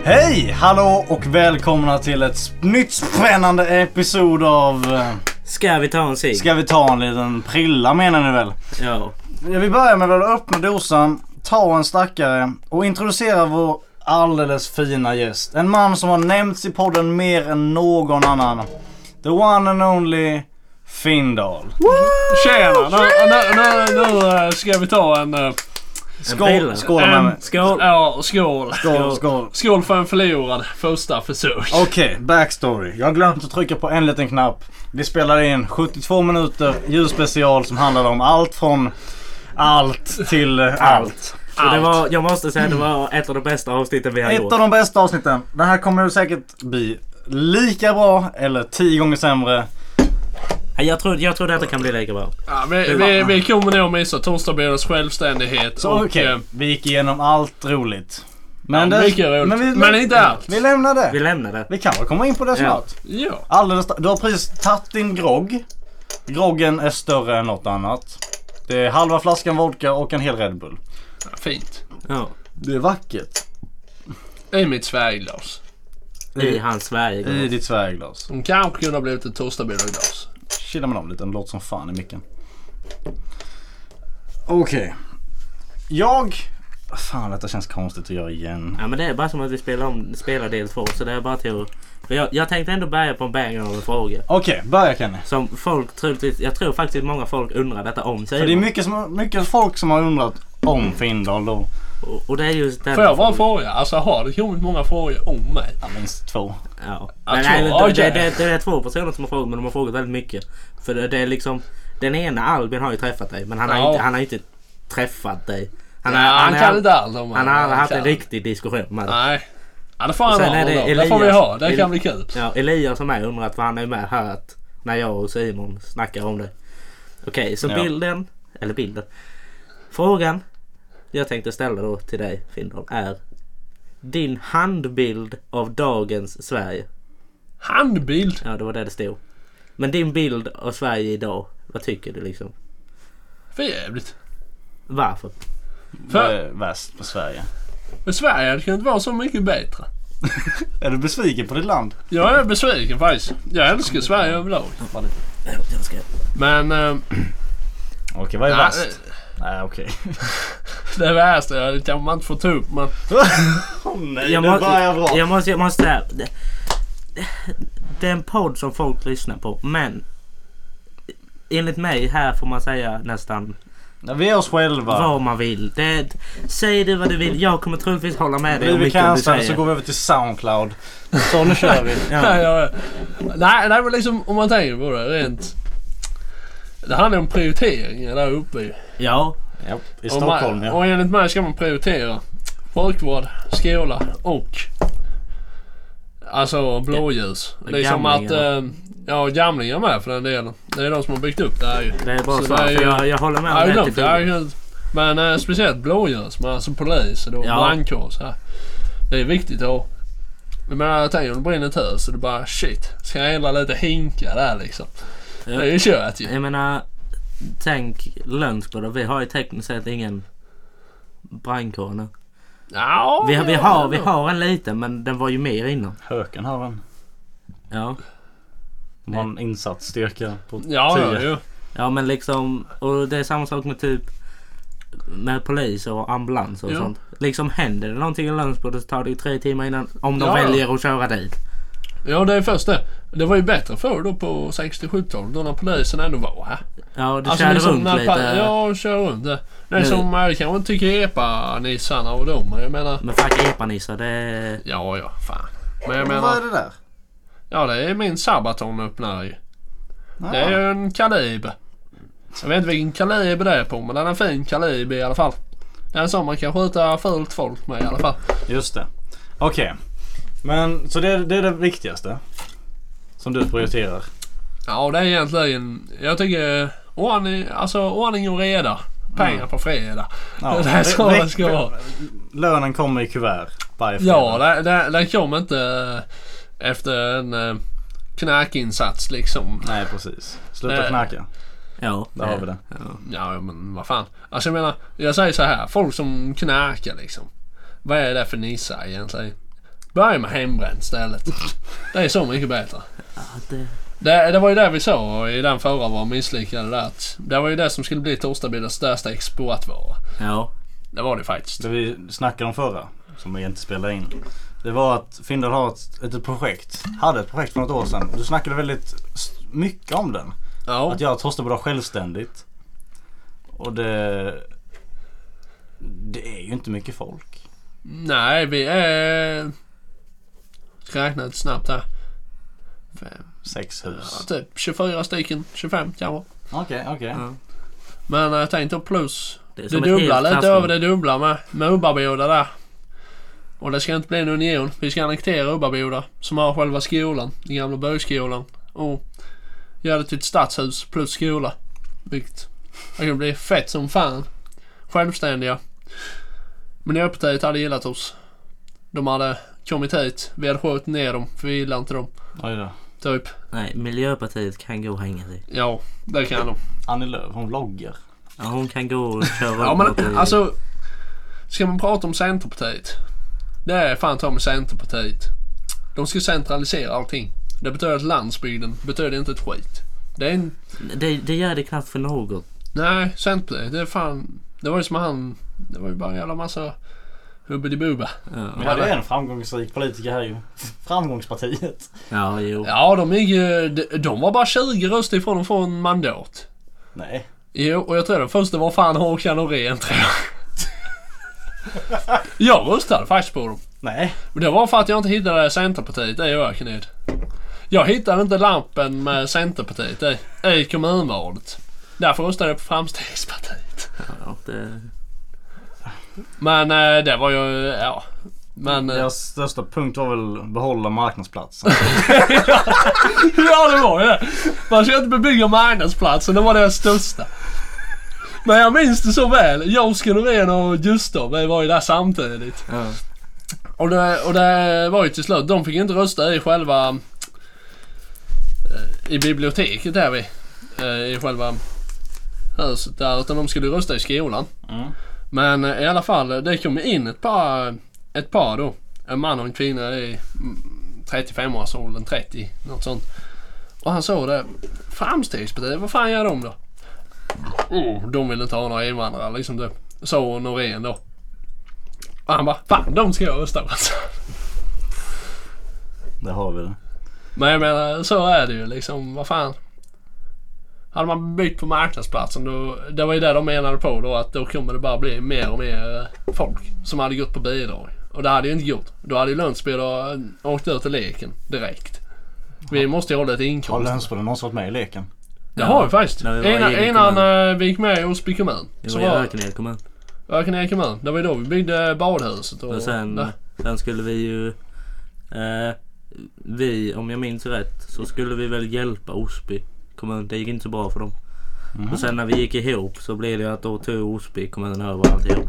Hej, hallå och välkomna till ett nytt spännande episod av Ska vi ta en cigg? Ska vi ta en liten prilla menar ni väl? Ja. Jag vill börja med att öppna dosan, ta en stackare och introducera vår alldeles fina gäst. En man som har nämnts i podden mer än någon annan. The one and only Findal. Tjena, nu ska vi ta en... Skål med mig. Skål. Ja, skål. Skål. Skål för en förlorad första försök. Okej, backstory. Jag har glömt att trycka på en liten knapp. Vi spelade in 72 minuter julspecial som handlade om allt från allt till allt. Och det var, jag måste säga, det var ett av de bästa avsnitten vi har gjort. Ett av de bästa avsnitten. Den här kommer ju säkert bli lika bra eller 10 gånger sämre. Jag tror detta kan bli lika bra. Ja, vi kommer nog missa torsdagsbordets självständighet. Så okej, vi gick igenom allt roligt. Men, ja, mycket roligt. Men inte allt. Vi lämnar det. Vi lämnar det. Vi kan väl komma in på det snart. Ja. Du har precis tagit din grogg. Groggen är större än något annat. Det är halva flaskan vodka och en hel Red Bull. Ja, fint. Ja. Det är vackert. I mitt Sverigeglas. I hans Sverigeglas. I ditt Sverigeglas. Som kanske kunde ha blivit ett torsdagsbordeglas. Chilla med dem lite, den låter som fan i micken. Okej. Fan, detta känns konstigt att göra igen. Ja, men det är bara som att vi spelar del 2. Så det är bara till att... Jag tänkte ändå börja på en banger av en fråga. Okej, börja Kenny. Som folk troligtvis... Jag tror faktiskt många folk undrar detta om sig. För det är mycket folk som har undrat om Findal då. Och det är just den... Får jag bara fråga? Alltså har det kommit många frågor om mig? Ja, minst 2. Ja. Ja, Men två, nej, okay. det är 2 personer som har frågat, men de har frågat väldigt mycket. För det är liksom... Den ena Albin har ju träffat dig, men han har inte träffat dig. Han kan inte allt om han har aldrig haft en riktig diskussion med dig. Nej. Ja, det får han ha. Det får vi ha. Det kan bli kul. Ja, Elias som är undrat, för han är med här att när jag och Simon snackar om det. Okej, så bilden. Frågan jag tänkte ställa då till dig, Findal, är din handbild av dagens Sverige. Handbild? Ja, det var det stod. Men din bild av Sverige idag, vad tycker du liksom? För jävligt. Vad Varför? är värst på Sverige? Men Sverige hade kunnat vara så mycket bättre. Är du besviken på ditt land? Jag är besviken faktiskt. Jag älskar Sverige överlag. Men... Okej, vad är värst? Nej, okej. Det värsta, det kan man inte få ta upp. Men... nej, jag måste säga... Det är en podd som folk lyssnar på, men... Enligt mig, här får man säga nästan... Vi är oss själva. Vad man vill. Säg du vad du vill. Jag kommer troligtvis hålla med dig. Vi kan så går vi över till Soundcloud. Så nu kör vi. Ja. Nej, men liksom om man tänker på det rent. Det handlar om prioriteringar där uppe. Ja. I Stockholm. Och enligt mig ska man prioritera folkvård, skola och alltså blåljus. Liksom att gamlingar med för den delen. Det är de som har byggt upp det här ju. Det är bara så för jag håller med om det. Men speciellt blåljus med alltså polis och brandkår så här. Det är viktigt att jag tänker om det brinner ett hus så det bara shit. Ska jag hela lite hinka där liksom. Ja. Det är ju kört ju. Jag menar, tänk Lönsbro då. Vi har ju tekniskt sett ingen brandkår nu. Ja, vi har en liten, men den var ju mer innan. Höken har en. Ja. De har en insatsstyrka på 10. Ja. Ja, men liksom, och det är samma sak med typ med polis och ambulans och sånt. Liksom händer det någonting i Lönsbro så tar det ju 3 timmar innan om de väljer att köra dit. Ja, det är först det. Det var ju bättre förr då på 60-70-talet då när polisen ändå var här. Ja, det körde liksom runt lite. Ja, kör runt det. Det är som jag kanske inte tycker epa-nissarna och dem. Jag menar... Men fuck epa-nissar, det är... Ja, fan. Men jag menar... Vad är det där? Ja, det är min Sabaton-öppnare ju. Det är ju en kaliber. Jag vet inte vilken kaliber det är på, men den är en fin kaliber i alla fall. Det är en sån man kan skjuta fullt folk med i alla fall. Just det. Okej. Men så det är det viktigaste som du prioriterar? Ja, det är egentligen... Jag tycker ordning och reda. Pengar på fredag. Ja, det är så det ska vara. Lönen kommer i kuvert varje fredag. Ja, den kommer inte efter en knäkinsats liksom. Nej, precis. Sluta knäcka. Ja, där har vi det. Ja, men vad fan. Alltså jag menar, jag säger så här. Folk som knäkar liksom. Vad är det för nissa egentligen? Börja med hembränt stället. Det är så mycket bättre. Ja, Det var ju det vi sa i den förra var misslyckade där. Det var ju det som skulle bli Torstabydens största exportvara. Ja. Det var det faktiskt. Det vi snackade om förra, som vi inte spelade in. Det var att Findel har ett projekt. Hade ett projekt för något år sedan. Du snackade väldigt mycket om den. Ja. Att göra Torstabyd självständigt. Och det är ju inte mycket folk. Nej, vi är... Ska räkna lite snabbt här. 6 hus. Ja, typ 24 stycken, 25 kanske. Okej. Ja. Men jag tänkte plus Det är det som ett dubbla helt lite klassrum. över det dubbla med Ubbaboda där. Och det ska inte bli en union. Vi ska annektera Ubbaboda som har själva skolan, den gamla bögskolan. Och göra det till ett stadshus plus skola. Vilket det kan bli fett som fan. Självständiga. Miljöpartiet hade gillat oss. De hade kommit hit. Vi hade skjutit ner dem för vi gillar inte dem. Oj då. Typ. Nej, Miljöpartiet kan gå och hänga sig. Ja, det kan de. Annie Lööf, hon vloggar. Ja, hon kan gå och köra Ja, uppåt men alltså, ska man prata om Centerpartiet? Det är fan ta med Centerpartiet. De ska centralisera allting. Det betyder att landsbygden betyder inte ett skit. Det är en... Det gör det knappt för något. Nej, Centerpartiet, det är fan... Det var ju som han... Det var ju bara en jävla massa hubbidi-bubba. Ja. Men ja, det är en framgångsrik politiker här ju. Framgångspartiet. Ja, jo. Ja, de var bara 20 röster ifrån att få en mandat. Nej. Jo, och jag tror den första var fan Håkan Norén, tror jag. Jag röstade faktiskt på dem. Nej. Men det var för att jag inte hittade Centerpartiet i Ökened. Jag hittade inte lampen med Centerpartiet i kommunvalet. Därför röstade jag på Framstegspartiet. Ja, det... Men det var ju, ja. Men... Deras största punkt var väl behålla marknadsplatsen. Ja, det var ju det. Man ska inte bebygga marknadsplatsen, det var det största. Men jag minns det så väl. Jag, Oskar Norén och Gustav, vi var ju där samtidigt. Ja. Och det var ju till slut, de fick inte rösta i själva i biblioteket där vi i själva huset där, utan de skulle rösta i skolan. Men i alla fall, det kom in ett par då, en man och en kvinna i 35-årsåldern, 30, något sånt. Och han sa det, Framstegspartiet, vad fan gör de då? De vill inte ha några invandrare, liksom det. Så Norén då. Och han bara, fan, de ska jag rösta på. Det har vi det. Men jag menar, så är det ju liksom, vad fan. Hade man byggt på marknadsplatsen då, det var ju det de menade på då, att då kommer det bara bli mer och mer folk som hade gått på bidrag. Och det hade ju inte gått. Då hade ju Lundsbyd åkt ut till leken direkt. Vi måste ju hålla ett inkomst. Har Lundsbyd någonsin varit med i leken? Det har vi faktiskt. Innan vi gick med i Osby kommun. Det var ju Ökened kommun. Ökened kommun. Det var ju då vi byggde badhuset. Och sen skulle vi ju... om jag minns rätt, så skulle vi väl hjälpa Osby kommun. Det gick inte så bra för dem. Och sen när vi gick ihop så blev det att då tog Osby kommunen över alltihop.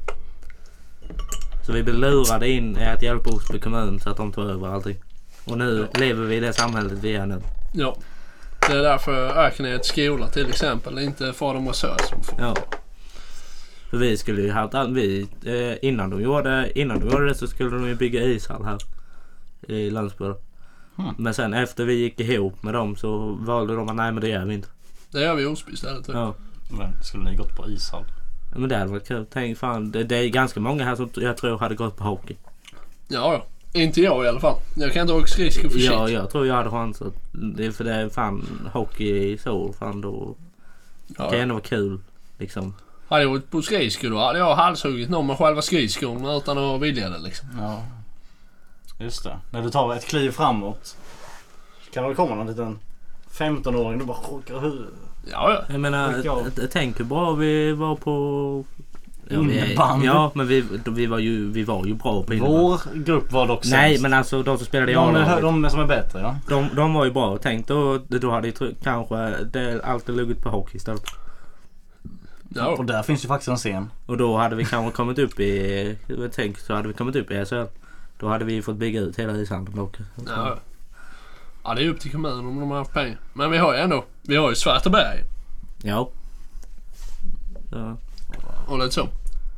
Så vi blev lurade in i att hjälpa Osby kommun så att de tog över allting. Och nu lever vi i det samhället vi är nu. Ja. Det är därför Ökened skola till exempel inte får de resurser som får. Ja. För vi skulle ju haft innan de gjorde det så skulle de ju bygga ishall här i Landsbygd. Men sen efter vi gick ihop med dem så valde de att nej, men det gör vi inte. Det gör vi i Osby istället. Ja. Men skulle ni gått på ishall? Men det hade varit kul. Tänk fan, det är ganska många här som jag tror hade gått på hockey. Ja. Inte jag i alla fall. Jag kan inte åka skridskor för shit. Ja, jag tror jag hade chansat. Det är för det är fan hockey i sol. Fan då. Det kan ändå vara kul. Liksom. Hade jag varit på skridskor då hade jag halshuggit någon med själva skridskorna utan att vilja det liksom. Ja. Just det. När du tar ett kliv framåt kan det komma någon liten 15-åring du bara chockar huvudet. Ja. Jag menar, tänk hur bra vi var på... Innebandy. Ja, men vi var ju bra på innebandy. Vår grupp var dock sämst. Nej, men alltså de som spelade i A-laget. De som är bättre, ja. De var ju bra. Tänk då hade ju kanske det alltid luggit på hockey istället. Ja. Och där finns ju faktiskt en scen. Och då hade vi kanske kommit upp i... så hade vi kommit upp i SHL. Då hade vi fått bygga ut hela ishallen dock. Ja. Ja, det är upp till kommunen om de har haft pengar. Men vi har ju Svartaberg. Ja. Så. Och lite så.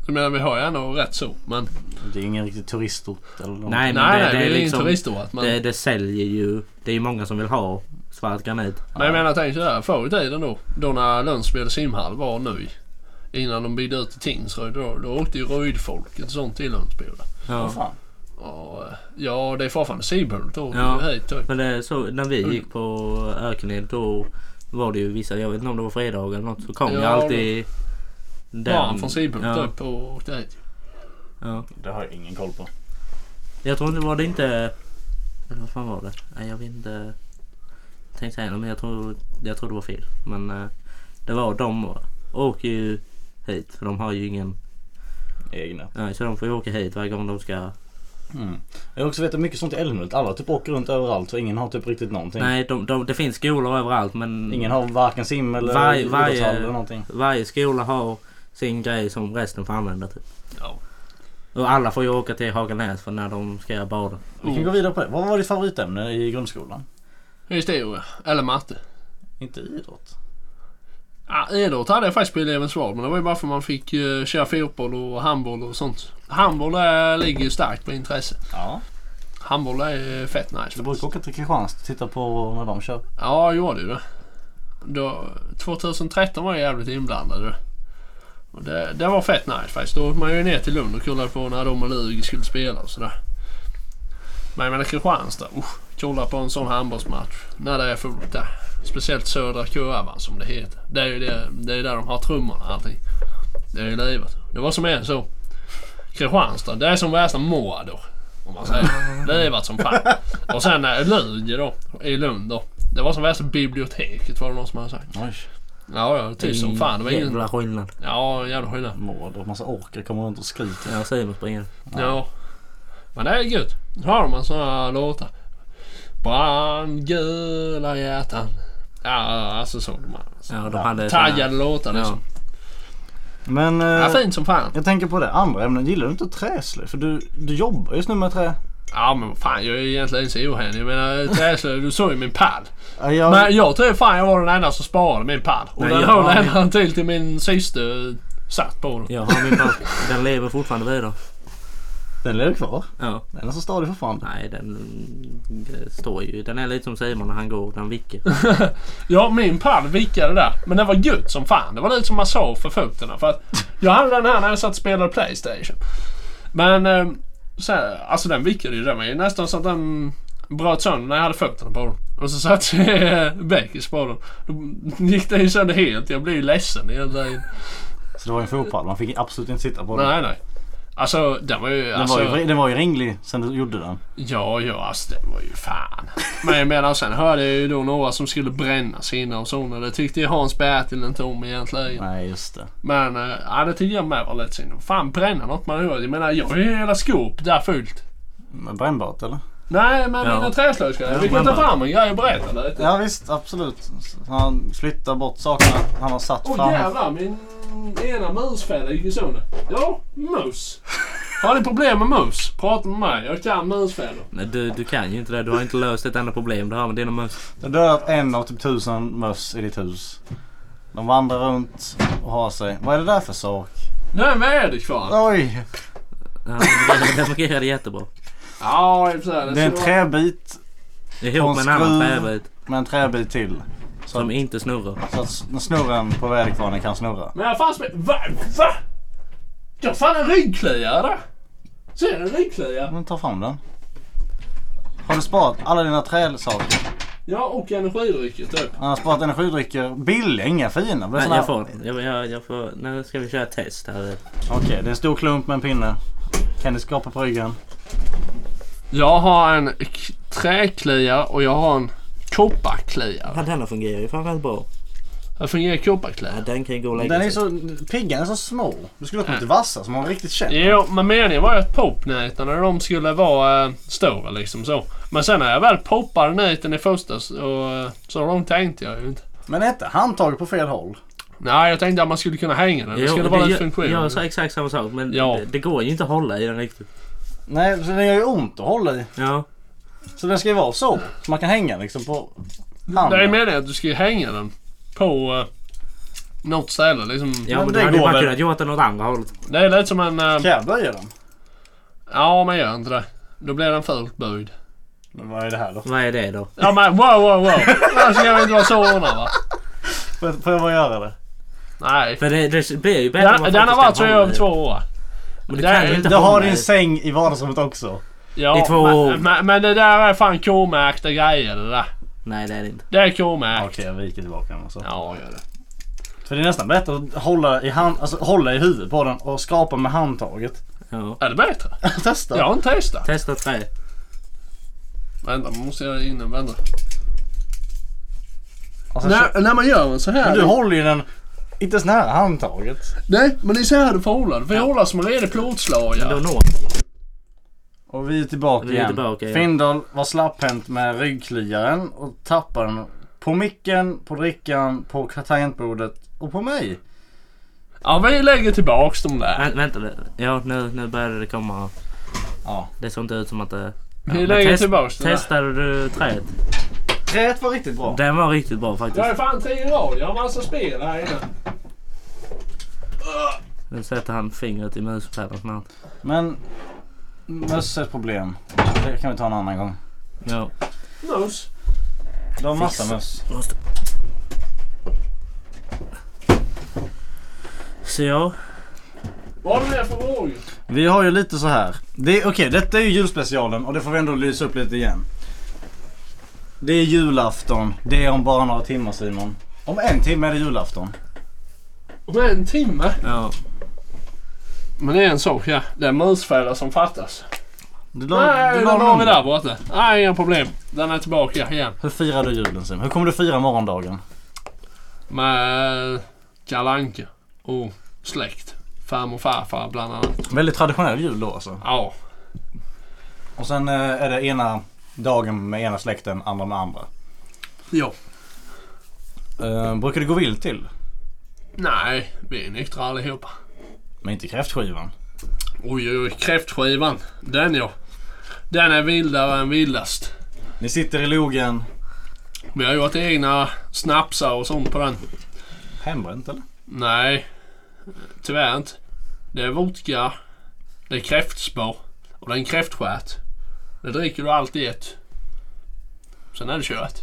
Jag menar, vi har ju ändå rätt så, men... Det är ingen riktig turistort eller något. Nej, Nej, det är ingen liksom, turistort. Men... det säljer ju. Det är ju många som vill ha svart granit. Men jag menar, tänk sådär, förr i tiden då när Lundsbjörn simhall var ny, innan de byggde ut till Tingsryd, då åkte ju röjdfolket och sånt till Lundsbjörn. Ja. Vad fan? Och, ja, det är fortfarande Sibbhult då. Ja. Hit, typ. Men det är så, när vi gick på Ökened då var det ju vissa, jag vet inte om det var fredag eller något, så kom ju alltid barn från Sibbhult upp och åkte hit. Ja. Det har jag ingen koll på. Jag tror inte, var det inte, eller vad fan var det? Nej, jag vet inte. Tänkte säga, men jag tror det var fel. Men det var, de åker ju hit för de har ju ingen Egna. Nej, så de får ju åka hit varje gång de ska. Jag har också vet mycket sånt i Älmhult. Alla typ åker runt överallt så ingen har typ riktigt någonting. Nej, det finns skolor överallt, men Ingen har varken sim eller idrottshall eller någonting. Varje skola har sin grej som resten får använda typ. Ja. Och alla får ju åka till Haganäs för när de ska bada. Vi kan gå vidare på det. Vad var ditt favoritämne i grundskolan? Historia. Eller matte. Inte idrott. Ja, idrott hade jag faktiskt på elevens val, men det var ju bara för man fick köra fotboll och handboll och sånt. Handboll ligger ju starkt på intresse. Ja. Handboll är fett nice. Du brukar åka till Kristianstad och titta på när de kör. Ja, jag gjorde ju det. Då, 2013 var jag jävligt inblandad. Och det var fett nice faktiskt. Då åkte man ju ner till Lund och kollade på när de och Lugi skulle spela och sådär. Men jag menar Kristianstad, kolla på en sån handbollsmatch när det är fullt där. Speciellt södra kurvan som det heter. Det är ju det är där de har trummorna och allting. Det är ju livet. Det var som är så. Kristianstad, det är som värsta Mordor. Om man säger. Livet som fan. Och sen Lugi då, i Lund då. Det var som värsta biblioteket var det någon som hade sagt. Oj. Ja, typ som fan. Det var ingen... Jävla skillnad. Ja, jävla skillnad. Mord, massa orker kommer runt och skriker. Ja, Simon springer. Ja. Men det är gött. Så har de en sån här låtar. Brandgula hjärtan. Ja, alltså så. Ja, de hade taggade låtar liksom. Men Ja, fint som fan. jag tänker på det andra ämnen. Gillar du inte träslöjd? För du jobbar just nu med trä. Ja, men fan, jag är egentligen så ohänig. Jag menar, träslöjd, du såg ju min pall. Ja, Men jag tror fan jag var den enda som sparade min pall. Och Nej, den jag höll har ända till min syster satt på den. Jag har min bak. Den lever fortfarande vidare. Den lever kvar. Ja. Den är så stadig fortfarande. Nej, den står ju. Den är lite som Simon när han går. Den vickar. Ja, min pall vickade där. Men den var gött som fan. Det var lite som massage för fötterna. För att jag hade den här när jag satt och spelade PlayStation. Men så här, alltså den vickade ju. Den var ju nästan så att den bröt sönder när jag hade fötterna på den. Och så satt jag bäckis på den. Då gick den ju sönder helt. Jag blev ju ledsen hela tiden. Så det var en fotboll. Man fick absolut inte sitta på den. Nej. Alltså den var ju... Den var ju ringlig sen du gjorde den. Ja, alltså det var ju fan. Men jag menar, sen hörde jag ju då några som skulle brännas innan och sådana. Det tyckte ju Hans Bertil inte om egentligen. Nej, just det. Men ja, det tyckte jag med var lite synd. Fan, bränna något man hör. Jag menar, jag har ju hela skåp där fullt. Men brännbart eller? Nej, men mina träslöjdsgrejer. Vi kan ta fram en grej och berätta lite. Ja visst, absolut. Han flyttar bort sakerna han har satt fram. Jävlar, min ena musfälla gick ju sönder. Ja, mus. Har ni problem med mus? Prata med mig, jag kan musfällor. Nej, du kan ju inte det. Du har inte löst ett enda problem. Du har med dina möss. Det dör en av typ 1000 möss i ditt hus. De vandrar runt och har sig. Vad är det där för sak? Nu är en väderkvarn. Oj! Ja, det fungerar jättebra. Ja, i och för sig. Det är en träbit Ihop med en annan träbit. med en träbit till. Som inte snurrar. Så att snurren på väderkvarnen kan snurra. Men jag fanns med... Va? Jag har fan en ryggkliare där. Ser du en ryggkliare? Men ta fram den. Har du sparat alla dina träsaker? Ja, och energidrycker typ. Han har sparat energidrycker. Billiga, inga fina. Nej, jag får... Nu ska vi köra ett test här. Okej, det är en stor klump med en pinne. Kan ni skapa på ryggen? Jag har en träklia och jag har en kopparklia. Ja, denna fungerar ju framförallt bra. Hur fungerar kopparklia? Ja, den kan ju gå och lägga Den är sig. så... Piggan är så små. Du skulle ha kommit till vassa som man riktigt känner. Jo, men meningen var ju att popnäten när de skulle vara stora liksom så. Men sen när jag väl poppade näten i första så långt tänkte jag ju inte. Men inte handtaget på fel håll. Nej, jag tänkte att man skulle kunna hänga den. Det skulle vara en funktion. Jag sa exakt samma sak, men Ja. det går ju inte att hålla i den riktigt. Nej, så den gör ju ont att hålla i. Ja. Så den ska ju vara så man kan hänga liksom på handen. Det är meningen att du ska hänga den på något ställe liksom. Ja, Men men det du hade ju går bara väl. kunnat gjort det något andra hållet. Det är lite som en... Kan jag böja den? Ja, men gör inte det. Då blir den fult böjd. Men vad är det här då? Vad är det då? Ja men wow. Där ska vi inte vara så ordnad va? Får jag bara göra det? Nej. För det blir ju bättre om man Den har varit så i kan hålla över i. 2 år. Men du kan ju inte Du har hålla din i. säng i vardagsrummet också. Ja, I 2 år. men det där är fan K-märkta grejer det där. Nej, det är det inte. Det är K-märkt. Okej, jag viker tillbaka den så. Ja, gör det. För det är nästan bättre att hålla i huvudet på den och skrapa med handtaget. Ja. Är det bättre? Testa. Jag har inte testat. Testa 3. Vänta, man måste göra in den. Vänta. Alltså, När man gör en så här. men du håller ju den inte så nära handtaget. Nej, men det är så här du får hålla. Du får hålla som en redig plåtslagare. Då når. Och vi är tillbaka Vi är igen. tillbaka, ja. Findal var slapphänt med ryggkliaren och tappade den på micken, på drickan, på tangentbordet och på mig. Ja, vi lägger tillbaks de där. Vänta lite. Ja, nu börjar det komma. Ja. Det såg inte ut som att det... Vi lägger tillbaks de där. Testade du träet? Träet var riktigt bra. Den var riktigt bra Jag faktiskt. är fan 10 rad. Jag har massa spel här inne. Nu sätter han fingret i muspedalen snart. Men möss är ett problem. Det kan vi ta en annan gång. Ja. Mus. Du har massa möss. Måste. Så ja. Vad har du mer för frågor? Vi har ju lite så här. Okej, detta är ju julspecialen och det får vi ändå lysa upp lite igen. Det är julafton. Det är om bara några timmar, Simon. Om en timme är det julafton. Om en timme? Ja. Men det är en sak, ja. Det är musfällor som fattas. Du Nej, den la har vi den. där borta. Nej, inga problem. Den är tillbaka igen. Hur firar du julen, Simon? Hur kommer du fira morgondagen? Med Kalle Anka och släkt. Farmor och farfar bland annat. Väldigt traditionell jul då alltså. Ja. Och sen är det ena dagen med ena släkten, andra med andra. Ja. Brukar det gå vilt till? Nej, vi är nyktra allihopa. Men inte kräftskivan. Oj, kräftskivan. Den ja. Den är vildare än vildast. Ni sitter i logen. Vi har gjort egna snapsar och sånt på den. Hembränt eller? Nej, tyvärr inte. Det är vodka, det är kräftspår och det är en kräftstjärt. Det dricker du alltid ett. Sen är det kört.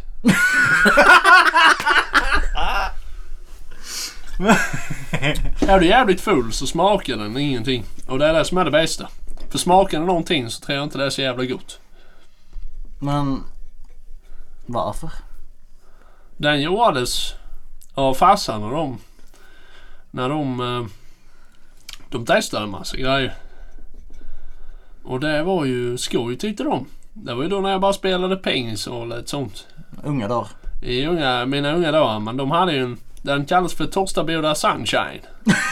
Är du jävligt full så smakar den ingenting. Och det är det som är det bästa. För smakar den någonting så tror jag inte det är så jävla gott. Men varför? Den gjordes av farsan och de. När de testade en massa grejer. Och det var ju skoj tyckte de. Det var ju då när jag bara spelade pengis och lite sånt. Unga dagar. I mina unga dagar. Men de hade ju den kallas för Torstaboda Sunshine.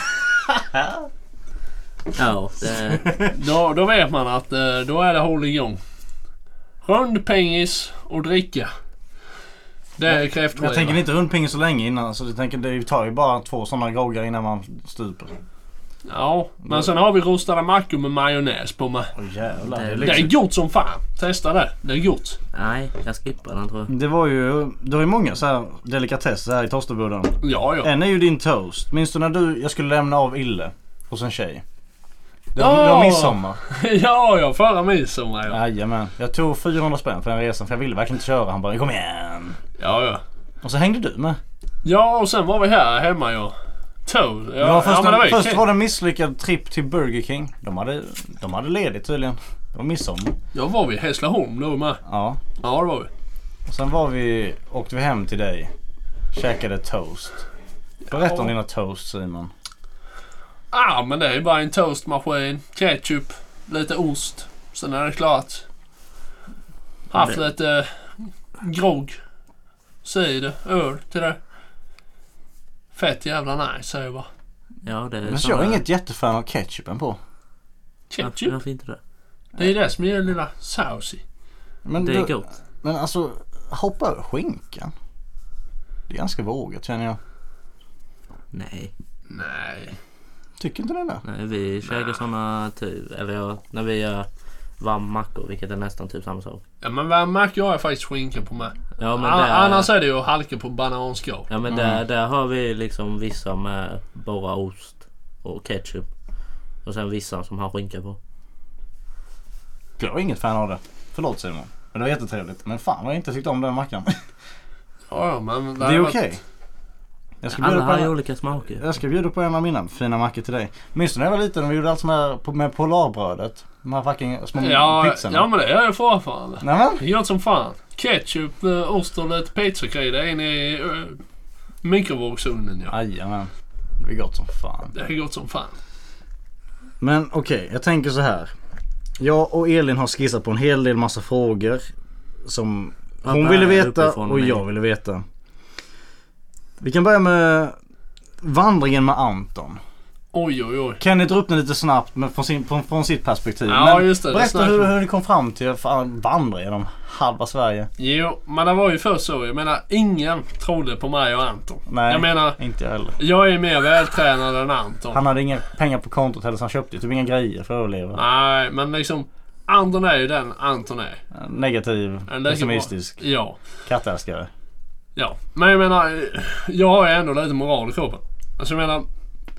Ja, det... Då vet man att då är det håll igång. Rund pengis och dricka. Det är kräftskiva. Jag tänker inte rundpinga så länge innan. Så jag tänker det tar ju bara 2 sådana groggar innan man stuper. Ja, men sen har vi rostade mackor med majonnäs på med. Åh jävlar. Det är Det, Det liksom, är gott som fan. Testa det. Det är gott. Nej, jag skippar den tror jag. det var ju många så här delikatesser här i Torstabodan. Ja. En är ju din toast. Minns du när jag skulle lämna av Ille hos en tjej? Det Ja! var midsommar. Ja, förra midsommar. Ja. Jajamän. Jag tog 400 spänn för den resan för jag ville verkligen inte köra. Han bara kom igen. Ja. Och så hängde du med. Ja, och sen var vi här hemma ja. Toad. Det var Ja, först var det en misslyckad tripp till Burger King. De hade ledigt tydligen. Det var midsommar. Ja, var vi i Hässleholm då med? Ja. Ja, det var vi. Och sen åkte vi hem till dig. Käkade toast. Berätta om dina toast, Simon. Men det är bara en toastmaskin, ketchup, lite ost. Sen är det klart. Haft lite grogg, cider, öl till det. Fett jävla nice säger jag bara. Ja, det är Men jag är inget jättefan av ketchupen på. Ketchup? Varför inte det? Det är det som är lilla saucy. Men Det är gott. Men alltså, hoppa över skinkan. Det är ganska vågat känner jag. Nej. Nej. Tycker inte det där? Nej, vi käkar såna typ, eller ja, när vi gör varm mackor, vilket är nästan typ samma sak. Ja, men varm mackor har jag faktiskt skinka på med. Ja, men annars är det ju halka på bananskal. Ja, men där har vi liksom vissa med bara ost och ketchup. Och sen vissa som har skinka på. Jag är inget fan av det. Förlåt Simon. Men det var jättetrevligt. Men fan vad jag inte tyckte om den mackan. Ja, men det är okej. Alla har ju olika smaker. Jag ska bjuda på en av mina fina mackor till dig. Minns du när jag var liten och vi gjorde allt med polarbrödet? De här fucking små pizzorna. Ja, men det är jag fortfarande. Nämen? Det är gott som fan. Ketchup, ost och lite pizzakrydda in i mikrovågsugnen. Ja. Jajamän. Det är gott som fan. Det är gott som fan. Men okej, jag tänker så här. Jag och Elin har skissat på en hel del massa frågor som hon ville veta och jag ville veta. Vi kan börja med vandringen med Anton. Oj. Kan ni dra upp den lite snabbt från sitt perspektiv? Ja, men just det. Berätta hur ni kom fram till att vandra genom halva Sverige. Jo, men det var ju först så. Jag menar, ingen trodde på mig och Anton. Nej, jag menar, inte jag heller. Jag är mer vältränad än Anton. Han hade inga pengar på kontot heller så han köpte typ inga grejer för att överleva. Nej, men liksom Anton är ju den Anton är. Negativ, pessimistisk. Ja. Kattälskare. Ja, men jag menar, jag har ju ändå lite moral i kroppen. Alltså jag menar,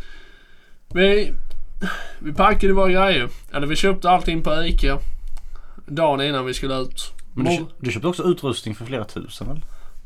vi packade våra grejer. Eller vi köpte allting på Ica dagen innan vi skulle ut. Men du köpte också utrustning för flera tusen eller?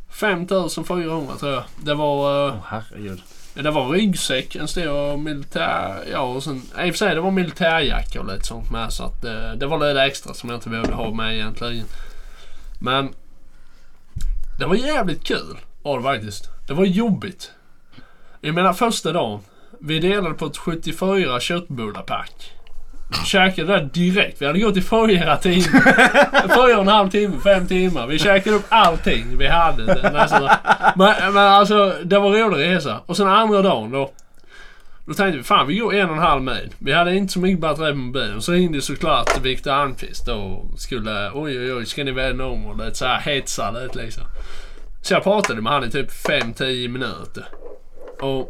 5400 tror jag. Det var herregud. Det var ryggsäck, en stor militär, ja, och sen i och för sig det var militärjacka och lite sånt med, så att det var lite extra som jag inte behövde ha med egentligen. Men det var jävligt kul, var det faktiskt. Det var jobbigt. Jag menar första dagen, vi delade på ett 74 köttbullapack. Käkade det direkt. Vi hade gått i 4 timmar. 4,5 timmar, 5 timmar. Vi käkade upp allting vi hade. Men alltså, det var en rolig resa. Och sen andra dagen då tänkte vi, fan vi går 1,5 mil. Vi hade inte så mycket batteri på mobilen. Så ringde såklart Viktor Almqvist och skulle, oj, ska ni vända om och lite så här hetsa lite liksom. Så jag pratade med han i typ 5-10 minuter. Och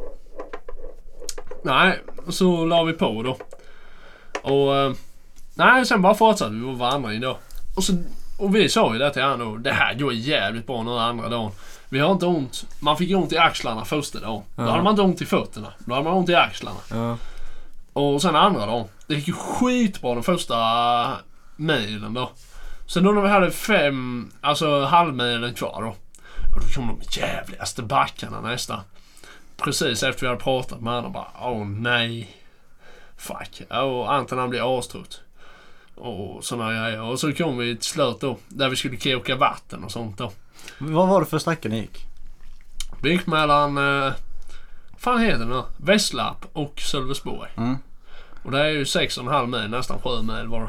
nej, så la vi på då. Och nej, sen bara fortsatte vi på vandring då. Och vi sa ju det till han då, det här går jävligt bra några andra dagen. Vi har inte ont, man fick ont i axlarna första dagen. Då hade man inte ont i fötterna, då hade man ont i axlarna. Och sen andra dagen, det gick ju skitbra den första milen då. Sen då när vi hade 5, alltså halvmilen kvar då. Och då kom de jävligaste backarna nästan. Precis efter vi hade pratat med honom bara, nej. Fuck. Och Anton han blev astrott. Och såna grejer. Och så kom vi till slut då, där vi skulle koka vatten och sånt då. Vad var det för sträcka ni gick? Vi gick mellan fan heter det nu? Västlapp och Sölvesborg. Och det är ju 6,5 mil, nästan 7 mil var det.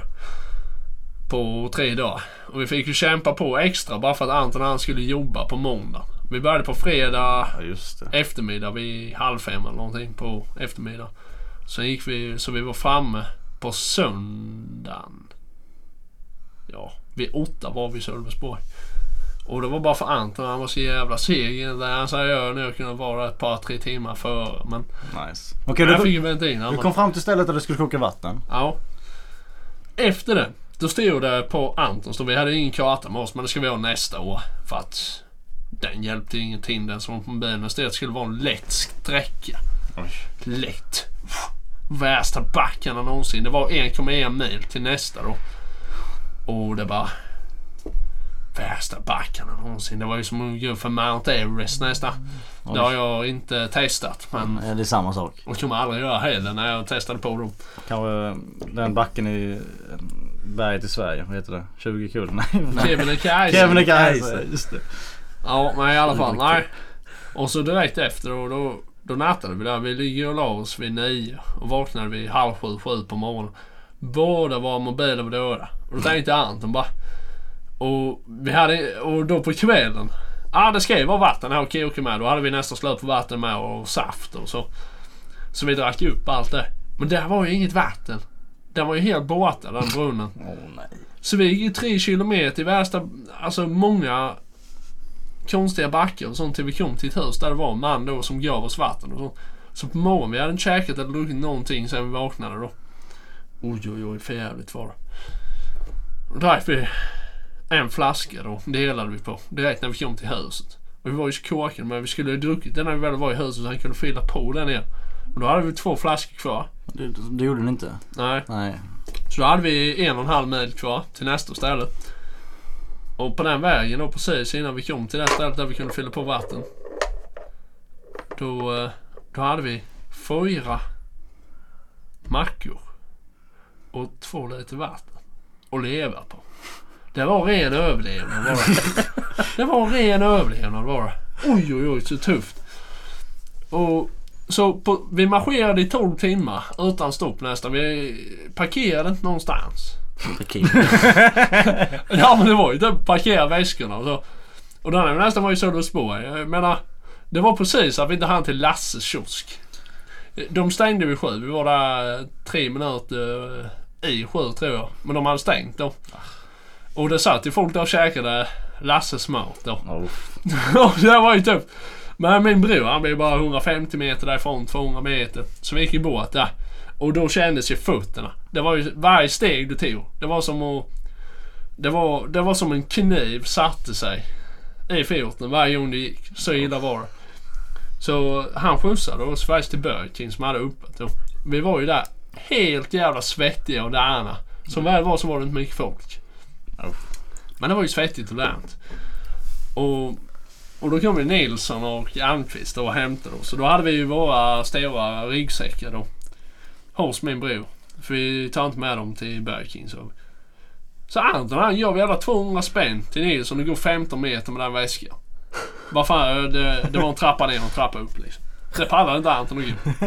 På 3 dagar. Och vi fick ju kämpa på extra bara för att Anton han skulle jobba på måndag. Vi började på fredag eftermiddag vid 4:30 eller någonting på eftermiddag. Sen gick vi, så vi var framme på söndagen. Ja, vid 8 var vi i Sölvesborg. Och det var bara för Anton, han var så jävla seg. Han sa jag nu kunde vara ett par 3 timmar före. Men nice. Okej, du kom fram till stället där du skulle koka vatten. Ja. Efter det, då stod det på Antons. Då vi hade ingen karta med oss, men det ska vi ha nästa år. För att den hjälpte ingenting. Den som var på bilen stod skulle vara en lätt sträcka. Oj. Lätt. Värsta backarna någonsin. Det var 1,1 mil till nästa då. Och det var värsta backarna någonsin. Det var ju som att gå för Mount Everest nästa. Det har jag inte testat. Men det är samma sak. Och kommer aldrig göra heller när jag testade på dem. Kanske den backen i berget i Sverige. Vad heter det? 20 kul? Nej. Kebnekaise. Just det. Ja, men i alla fall. Nej. Och så direkt efter och då nattade vi där. Vi ligger och la oss vid 9 och vaknade vid 6:30 på morgonen. Båda var mobiler var döda. Och då tänkte Anton bara. Och då på kvällen. Det ska ju vara vatten här och koka med. Då hade vi nästan slut på vatten med och saft och så. Så vi drack upp allt det. Men där var ju inget vatten. Den var ju helt båtad, den brunnen. Nej. Så vi gick 3 kilometer i värsta, alltså många konstiga backar och sånt till vi kom till ett hus där det var en man då som gav oss vatten och så. Så på morgonen vi hade inte käkat eller druckit någonting sen vi vaknade då. Oj, för jävligt var det. Då drack vi en flaska då. Det delade vi på direkt när vi kom till huset. Och vi var ju så kåken, men vi skulle ha druckit den när vi väl var i huset så han kunde fylla på den igen. Och då hade vi 2 flaskor kvar. Det gjorde ni inte? Nej. Så då hade vi 1,5 mil kvar till nästa ställe. Och på den vägen då precis innan vi kom till det stället där vi kunde fylla på vatten. Då hade vi 4 mackor och 2 liter vatten och leva på. Det var ren överlevnad var det. Det var ren överlevnad var det. Oj, så tufft. Och så vi marscherade i 12 timmar utan stopp nästan. Vi parkerade inte någonstans. Ja, men det var ju typ parkera väskorna och så. Och då nästan var ju Sölvesborg. Jag menar, det var precis att vi inte hann till Lasses kiosk. De stängde vid 7. Vi var där 3 minuter i 7 tror jag. Men de hade stängt då. Och det satt ju folk där och käkade Lasses mat då. Och det var ju typ. Men min bror, han blev bara 150 meter därifrån, 200 meter. Så vi gick i båt där. Och då kändes ju fötterna. Det var ju varje steg du tog. Det var som att... Det var som en kniv satte sig i foten varje gång det gick. Så illa var det. Så han skjutsade oss faktiskt till Burger King som hade öppet då. Vi var ju där helt jävla svettiga och därna. Som väl var så var det inte mycket folk. Men det var ju svettigt och därnt. Och då kom ju Nilsson och Almqvist och hämtade oss. Och då hade vi ju våra stora ryggsäckar då. Hos min bror. För vi tar inte med dem till Burger King. Så Anton han gör jävla 200 spänn till Nilsson och går 15 meter med den väskan. Vad fan, det var en trappa ner och en trappa upp liksom. Det pallade inte Anton att gå.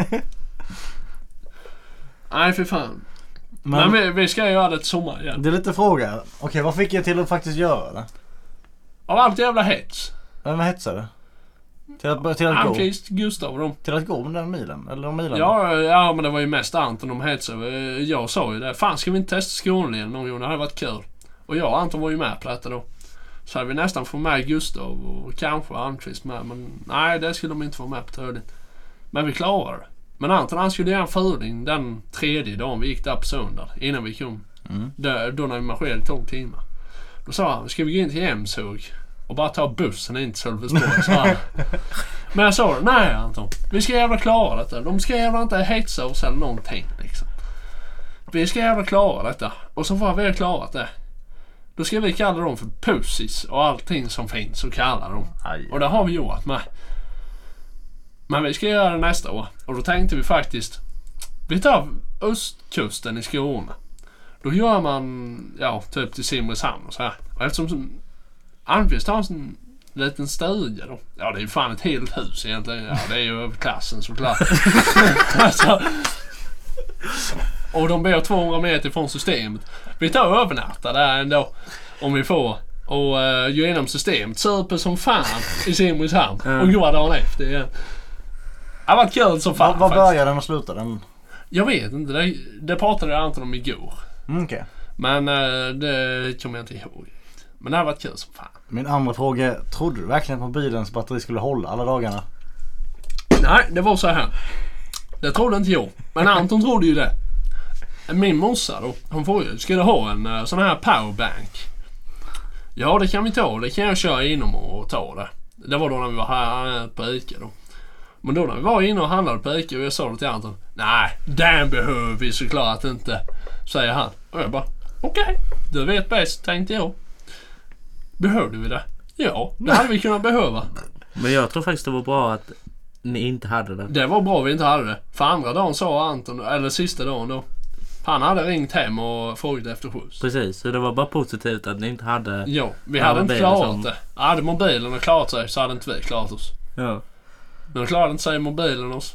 Nej för fan. Men vi ska göra det till sommar igen. Det är lite fråga. Okej, vad fick jag till att faktiskt göra det? Av allt jävla hets. Vem hetsade? Till att gå? Almqvist, Gustav och dem. Till att gå med den milen? Eller de milen? Ja, men det var ju mest Anton de hetsade. Jag sa ju det. Fan, ska vi inte testa Skåneleden någon gång? Det hade varit kul. Och jag och Anton var ju med på detta då. Så hade vi nästan fått med Gustav och kanske Almqvist med. Men nej, det skulle de inte få med på tråden. Men vi klarade det. Men Anton han skulle göra en förding den 3:e dagen vi gick där på söndag. Innan vi kom. Då när vi marscherade 12 timmar. Då sa han, ska vi gå in till Jämshög och bara ta bussen in till Sölvesborg, sa han. Men jag sa, nej Anton, vi ska jävla klara detta. De ska jävla inte hetsa oss eller någonting liksom. Vi ska jävla klara detta. Och så får vi klarat det. Då ska vi kalla dem för pussis och allting som finns och kalla dem. Och det har vi gjort med. Men vi ska göra det nästa år. Och då tänkte vi faktiskt, vi tar östkusten i Skåne. Då gör man, typ till Simrishamn och så här. Och eftersom Almqvist har en liten stuga då. Ja, det är ju fan ett helt hus egentligen. Ja, det är ju över klassen såklart. Alltså, och de bor 200 meter från systemet. Vi tar övernatta där ändå. Om vi får. Och gör inom systemet. Super som fan i Simrishamn. Och går dagen efter igen. Det har varit kul som fan. Vad börjar den och slutar den? Jag vet inte. Det pratade jag inte om igår. Okej. Men det kommer jag inte ihåg. Men det har varit kul som fan. Min andra fråga. Trodde du verkligen att mobilens batteri skulle hålla alla dagarna? Nej, det var så här. Det trodde inte jag. Men Anton trodde ju det. Min morsa då. Hon får ju. Ska du ha en sån här powerbank? Ja, det kan vi ta. Det kan jag köra inom och ta det. Det var då när vi var här på Ica då. Men då när vi var inne och handlade på Ica och jag sa det till Anton. Nej, den behöver vi såklart inte. Säger han. Och jag bara, okej. Du vet bäst, tänkte jag. Behövde vi det? Ja, det hade vi kunnat behöva. Men jag tror faktiskt det var bra att ni inte hade det. Det var bra vi inte hade det. För andra dagen sa Anton, eller sista dagen då. Han hade ringt hem och frågat efter skjuts. Precis, så det var bara positivt att ni inte hade... Ja, vi hade inte klarat det. Hade mobilen klarat sig så hade inte vi klarat oss. Ja. Men klarade inte sig mobilen oss.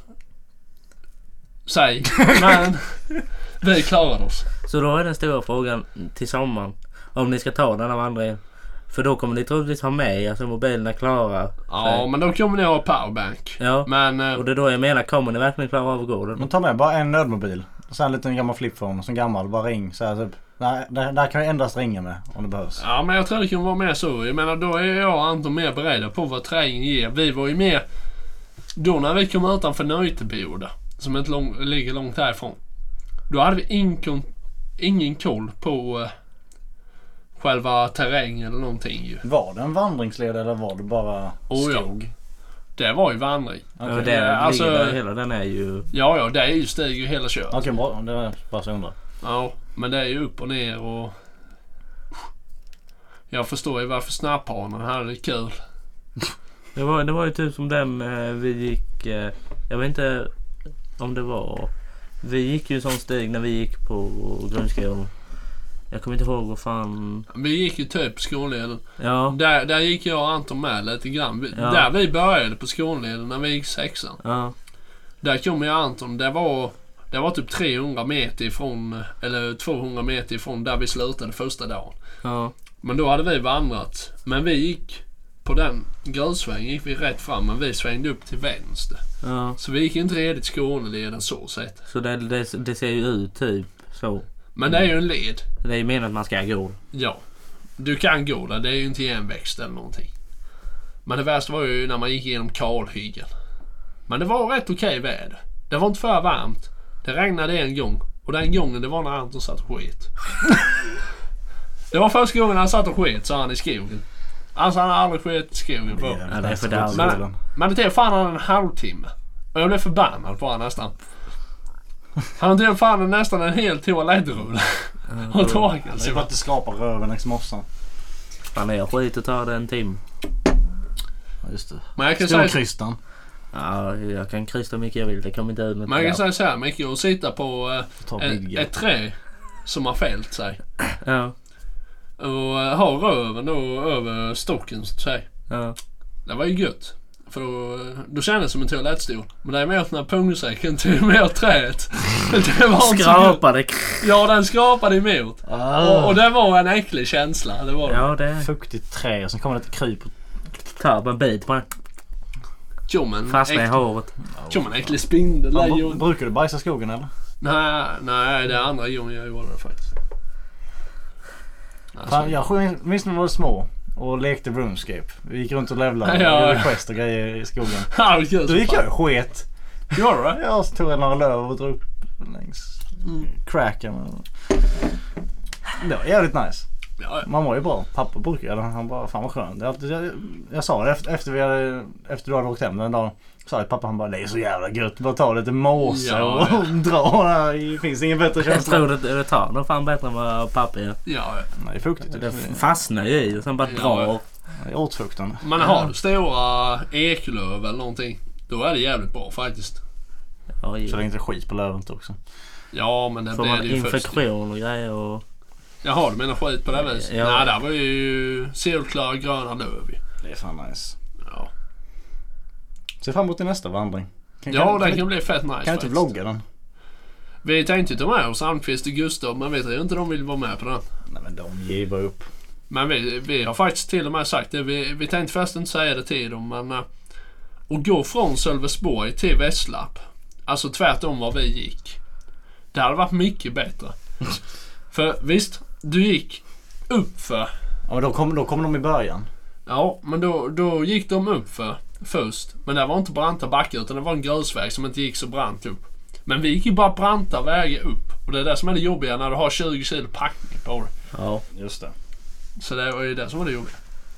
Säg. Men vi klarade oss. Så då är den stora frågan till sommaren. Om ni ska ta den av andra. För då kommer ni troligtvis ha med alltså mobilerna klara. Ja, men då kommer ni ha powerbank. Ja, men, och det är då jag menar, kommer ni verkligen klara av att gå den? Men ta med bara en nödmobil. Och sen en liten gammal flipphone som gammal. Bara ring så här typ. Där kan jag endast ringa med om det behövs. Ja, men jag tror det kan vara mer så. Jag menar, då är jag och Anton mer beredda på vad träning ger. Vi var ju mer... Då när vi kom utanför Nöjteboda, som inte ligger långt härifrån. Då hade vi ingen koll på själva terrängen eller någonting ju. Var det en vandringsled eller var det bara skog? Ja. Det var ju vandring. Okay. Det, alltså, hela den är ju... Ja, det är ju steg ju hela kört. Okej, bra. Det är bara så undrar. Ja, men det är ju upp och ner och... Jag förstår ju varför snapphanen hade det kul. Det var ju typ som den vi gick... jag vet inte om det var... Vi gick ju som steg när vi gick på grundskolan. Jag kommer inte ihåg vad fan... Vi gick ju typ på skolleden. Ja. Där gick jag och Anton med lite grann. Ja. Där vi började på skolleden när vi gick 6:an. Ja. Där kom jag Anton. Det var typ 300 meter ifrån, eller 200 meter ifrån där vi slutade första dagen. Ja. Men då hade vi vandrat. Men vi gick på den grusvägen gick vi rätt fram, men vi svängde upp till vänster. Ja. Så vi gick inte redigt Skåneleden så sett. Så det ser ju ut typ så. Men det är ju en led. Det är ju menat att man ska gå. Ja. Du kan gå där, det är ju inte igenväxt eller någonting. Men det värsta var ju när man gick igenom kalhyggen. Men det var rätt okej väder. Det var inte för varmt. Det regnade en gång. Och den gången det var när Anton satt och skit. Det var första gången han satt och skit, sa han i skogen. Alltså han har aldrig skit i skogen på. Ja, det är för där. Men det tog fan en halvtimme. Och jag blev förbannad på han nästan. Han tog fan nästan en hel toalettrulle. Och torkade sig. Det var att det skapar röven efter morsan. Fan, jag skit och tar det en timme. Ja, just det. Men jag kan säga... krystan. Ja, jag kan krysta mycket jag vill. Det kommer inte ut med. Man kan säga så här mycket och sitta på ett trä som har fällt sig. Ja. Och ha röven då över stocken så att säga. Ja. Det var ju gött. För då kändes det som en toalettstol. Men däremot när pungsäcken tog med träet. Det var skrapade. Ja, den skrapade emot. Och det var en äcklig känsla. Det var ja, det. Fuktigt trä och sen kommer det lite kryp. Ta en bit på det. Fastna i håret. Kom en äcklig spindel. Brukar du bajsa skogen eller? Nej, det är andra gången jag gjorde det faktiskt. Alltså. Fan, jag minns när vi var små och lekte RuneScape. Vi gick runt och levlade och gjorde quest och grejer i skogen. Då gick jag sket. Gjorde du det? Ja, så tog jag några löv och drog upp längs cracken. Det var jävligt nice. Ja. Man var ju bra. Pappa brukade, han bara, fan vad skönt. Jag sa det efter du hade åkt hem den dagen. Sa jag till pappa, han bara, det är så jävla gött. Bara ta lite måse och dra där. Det finns ingen bättre känsla. Jag tror det tar nog fan bättre än vad pappa gör. Ja. Nej, det är fuktigt. Det fastnar ju i och sen bara drar. Det är åtfuktande. Men har du stora eklöv eller någonting, då är det jävligt bra faktiskt. Ja, så det är inte skit på lövet också. Ja, men det får blir man ju infektion och grejer och... Jaha, du menar skit på det viset? Ja. Nej, där var ju solklara gröna löv. Det är fan nice. Ja. Se fram emot till nästa vandring. Den kan bli fett nice. Kan inte vlogga den? Vi tänkte ta med oss Almqvist och Gustav, men vet jag inte de vill vara med på den. Nej, men de ger bara upp. Men vi har faktiskt till och med sagt det. Vi tänkte först inte säga det till dem, men att gå från Sölvesborg till Västlapp, alltså tvärtom var vi gick, det hade varit mycket bättre. För visst, du gick uppför. Ja, men då kom de i början. Ja, men då gick de uppför först. Men det var inte branta backar, utan det var en grusväg som inte gick så brant upp. Men vi gick ju bara branta vägar upp. Och det är det som är det jobbiga när du har 20 kilo packning på det. Ja, just det. Så det var ju det som var det jobbiga.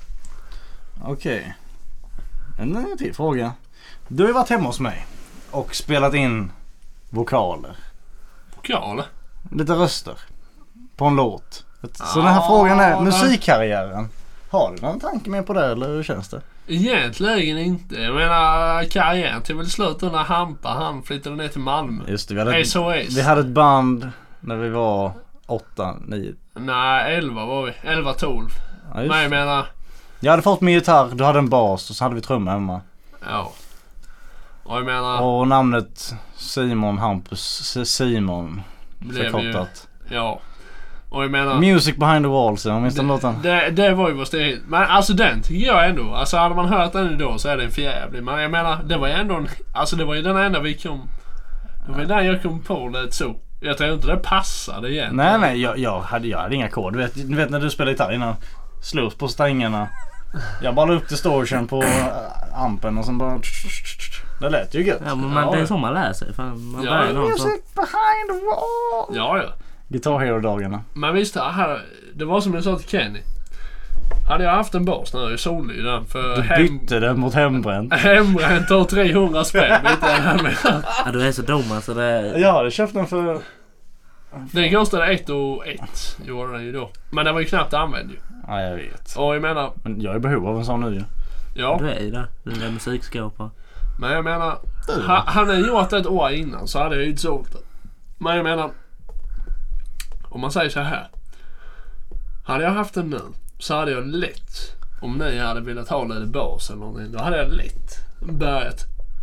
Okej. En till fråga. Du har ju varit hemma hos mig och spelat in vokaler. Vokaler? Lite röster på en låt. Så den här frågan är musikkarriären. Har du någon tanke med på det eller hur känns det? Egentligen inte. Jag menar karriären till väl slut när han flyttade ner till Malmö. Just det, vi hade ett band när vi var 8, 9. Nej, 11 var vi. 11, 12. Ja, men jag menar... Jag hade fått min gitarr, du hade en bas och så hade vi trummor hemma. Ja. Och jag menar... Och namnet Simon Hampus Simon förkortat. Ja. Och jag menar... Music behind the walls, jag minns den låten. Det var ju vår stil. Men alltså den tycker jag ändå. Alltså hade man hört den idag så är det en fjävlig. Men jag menar, det var ju ändå alltså det var ju den enda vi kom... Det var ju den jag kom på lite så. Jag tror inte det passade igen. Nej, jag hade inga kod. Du vet när du spelade gitarr innan. Slås på strängarna. Jag bara la upp distortion på ampen och sen bara... Det lät ju gött. Ja, men det är så man lär sig. Man music behind the wall. Ja. Guitar Hero-dagarna. Men visst, det var som jag sa till Kenny. Hade jag haft en bas när jag sålde ju den för Du bytte den mot hembränt. Hembränt och 300 spänn. Ja, du är så dum alltså. Jag hade köpt den för... Den kostade 1 och 1 gjorde den ju då. Men den var ju knappt använd ju. Ja, jag vet. Och jag menar... Men jag är i behov av en sån nu ju. Ja. Du är ju där. Du är musikskapare. Men jag menar... Hade jag gjort det ett år innan så hade jag ju inte sålt det. Men jag menar... Om man säger så här. Hade jag haft den nu så hade jag lätt... Om ni hade velat ha lite bas eller någonting. Då hade jag lätt börjat...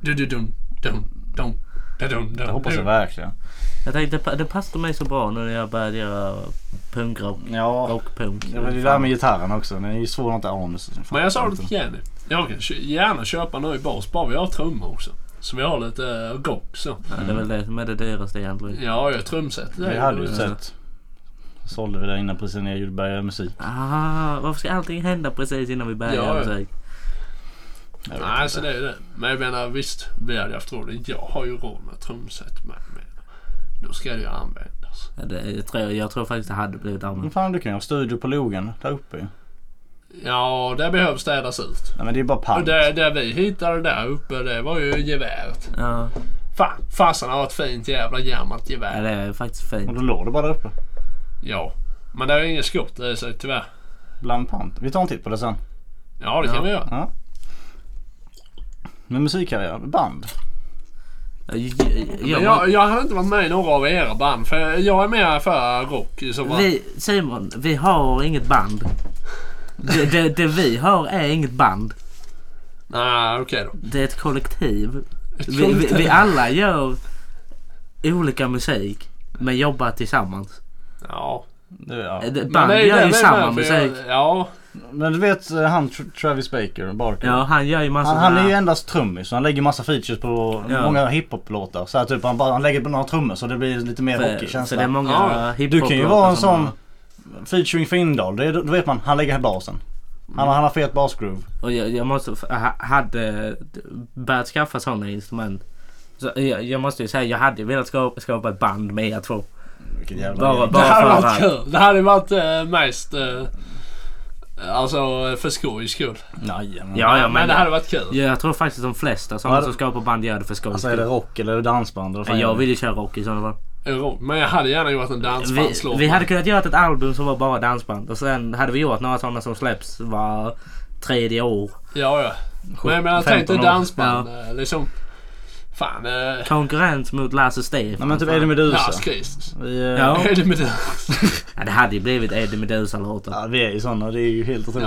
Det hoppas jag verkligen. Jag tänkte det passar mig så bra nu när jag började göra punkrock. Ja, rockpunk. det där med gitarren också. Den är ju svår att inte anus. Men jag sa det till Kenny. Jag kan gärna köpa en ny bas. Bara vi har trummor också. Så vi har lite rock så. Ja, det är väl det som är det dyraste egentligen. Ja, jag trumset. Vi hade ju sett. Sålde vi där innan precis när jag gjorde börja musik. Varför ska allting hända precis innan vi börjar göra musik? Nej, så det är det. Men jag menar visst, vi hade haft råd. Jag har ju råd med trumset med. Då ska det ju användas. Ja, jag tror faktiskt det hade blivit använt. Men fan, du kan ju ha studio på logen där uppe ju. Ja, det behövs städas ut. Nej, men det är bara pant. Och det vi hittade där uppe, det var ju geväret. Ja. Fan, farsan har ett fint jävla gammalt gevär. Ja, det är faktiskt fint. Och då låg det bara där uppe. Ja, men det är ju ingen skott i sig tyvärr. Bland pant. Vi tar en titt på det sen. Ja, det kan vi göra. Ja. Men musikkarriär, band. Jag hade inte varit med i några av era band. För jag är med för rock. Simon, vi har inget band. Det vi har är inget band. Nej, okej då. Det är ett kollektiv. Vi alla gör olika musik men jobbar tillsammans. Ja. Band gör ju samma musik. Ja. Men du vet han Travis Baker, Barker. Ja, han gör ju massa. Han är ju endast trummis så han lägger massa features på många hiphop-låtar. Så här, typ han lägger på några trummor så det blir lite mer rockig känsla. Så det är många hiphop. Du kan ju vara en sån featuring Findal. Då vet man, han lägger här basen. Han har fet basgroove. Och jag hade börjat skaffa sådana instrument. Så jag måste ju säga, jag hade velat skapa ett band med er två. Vilken jävla det hade varit kul. Det hade varit mest alltså för skojs skull. Nej, men det hade varit kul. Jag tror faktiskt de flesta som skapar band gör det för skojs skull. Alltså är det rock eller är det dansband? Jag vill ju köra rock i sådana fall. Men jag hade gärna gjort en dansbandslåt. Vi hade kunnat göra ett album som var bara dansband. Och sen hade vi gjort några sådana som släpps var 3 år. Ja. Men jag tänkte dansband liksom. Fan. Konkurrens mot Lasse Stefan. Nej, men typ Eddie Meduza. Lasse Kristus. Eddie Meduza. Ja, det hade ju blivit Eddie Meduza-låten. Ja, vi är ju sådana. Det är ju helt otroligt.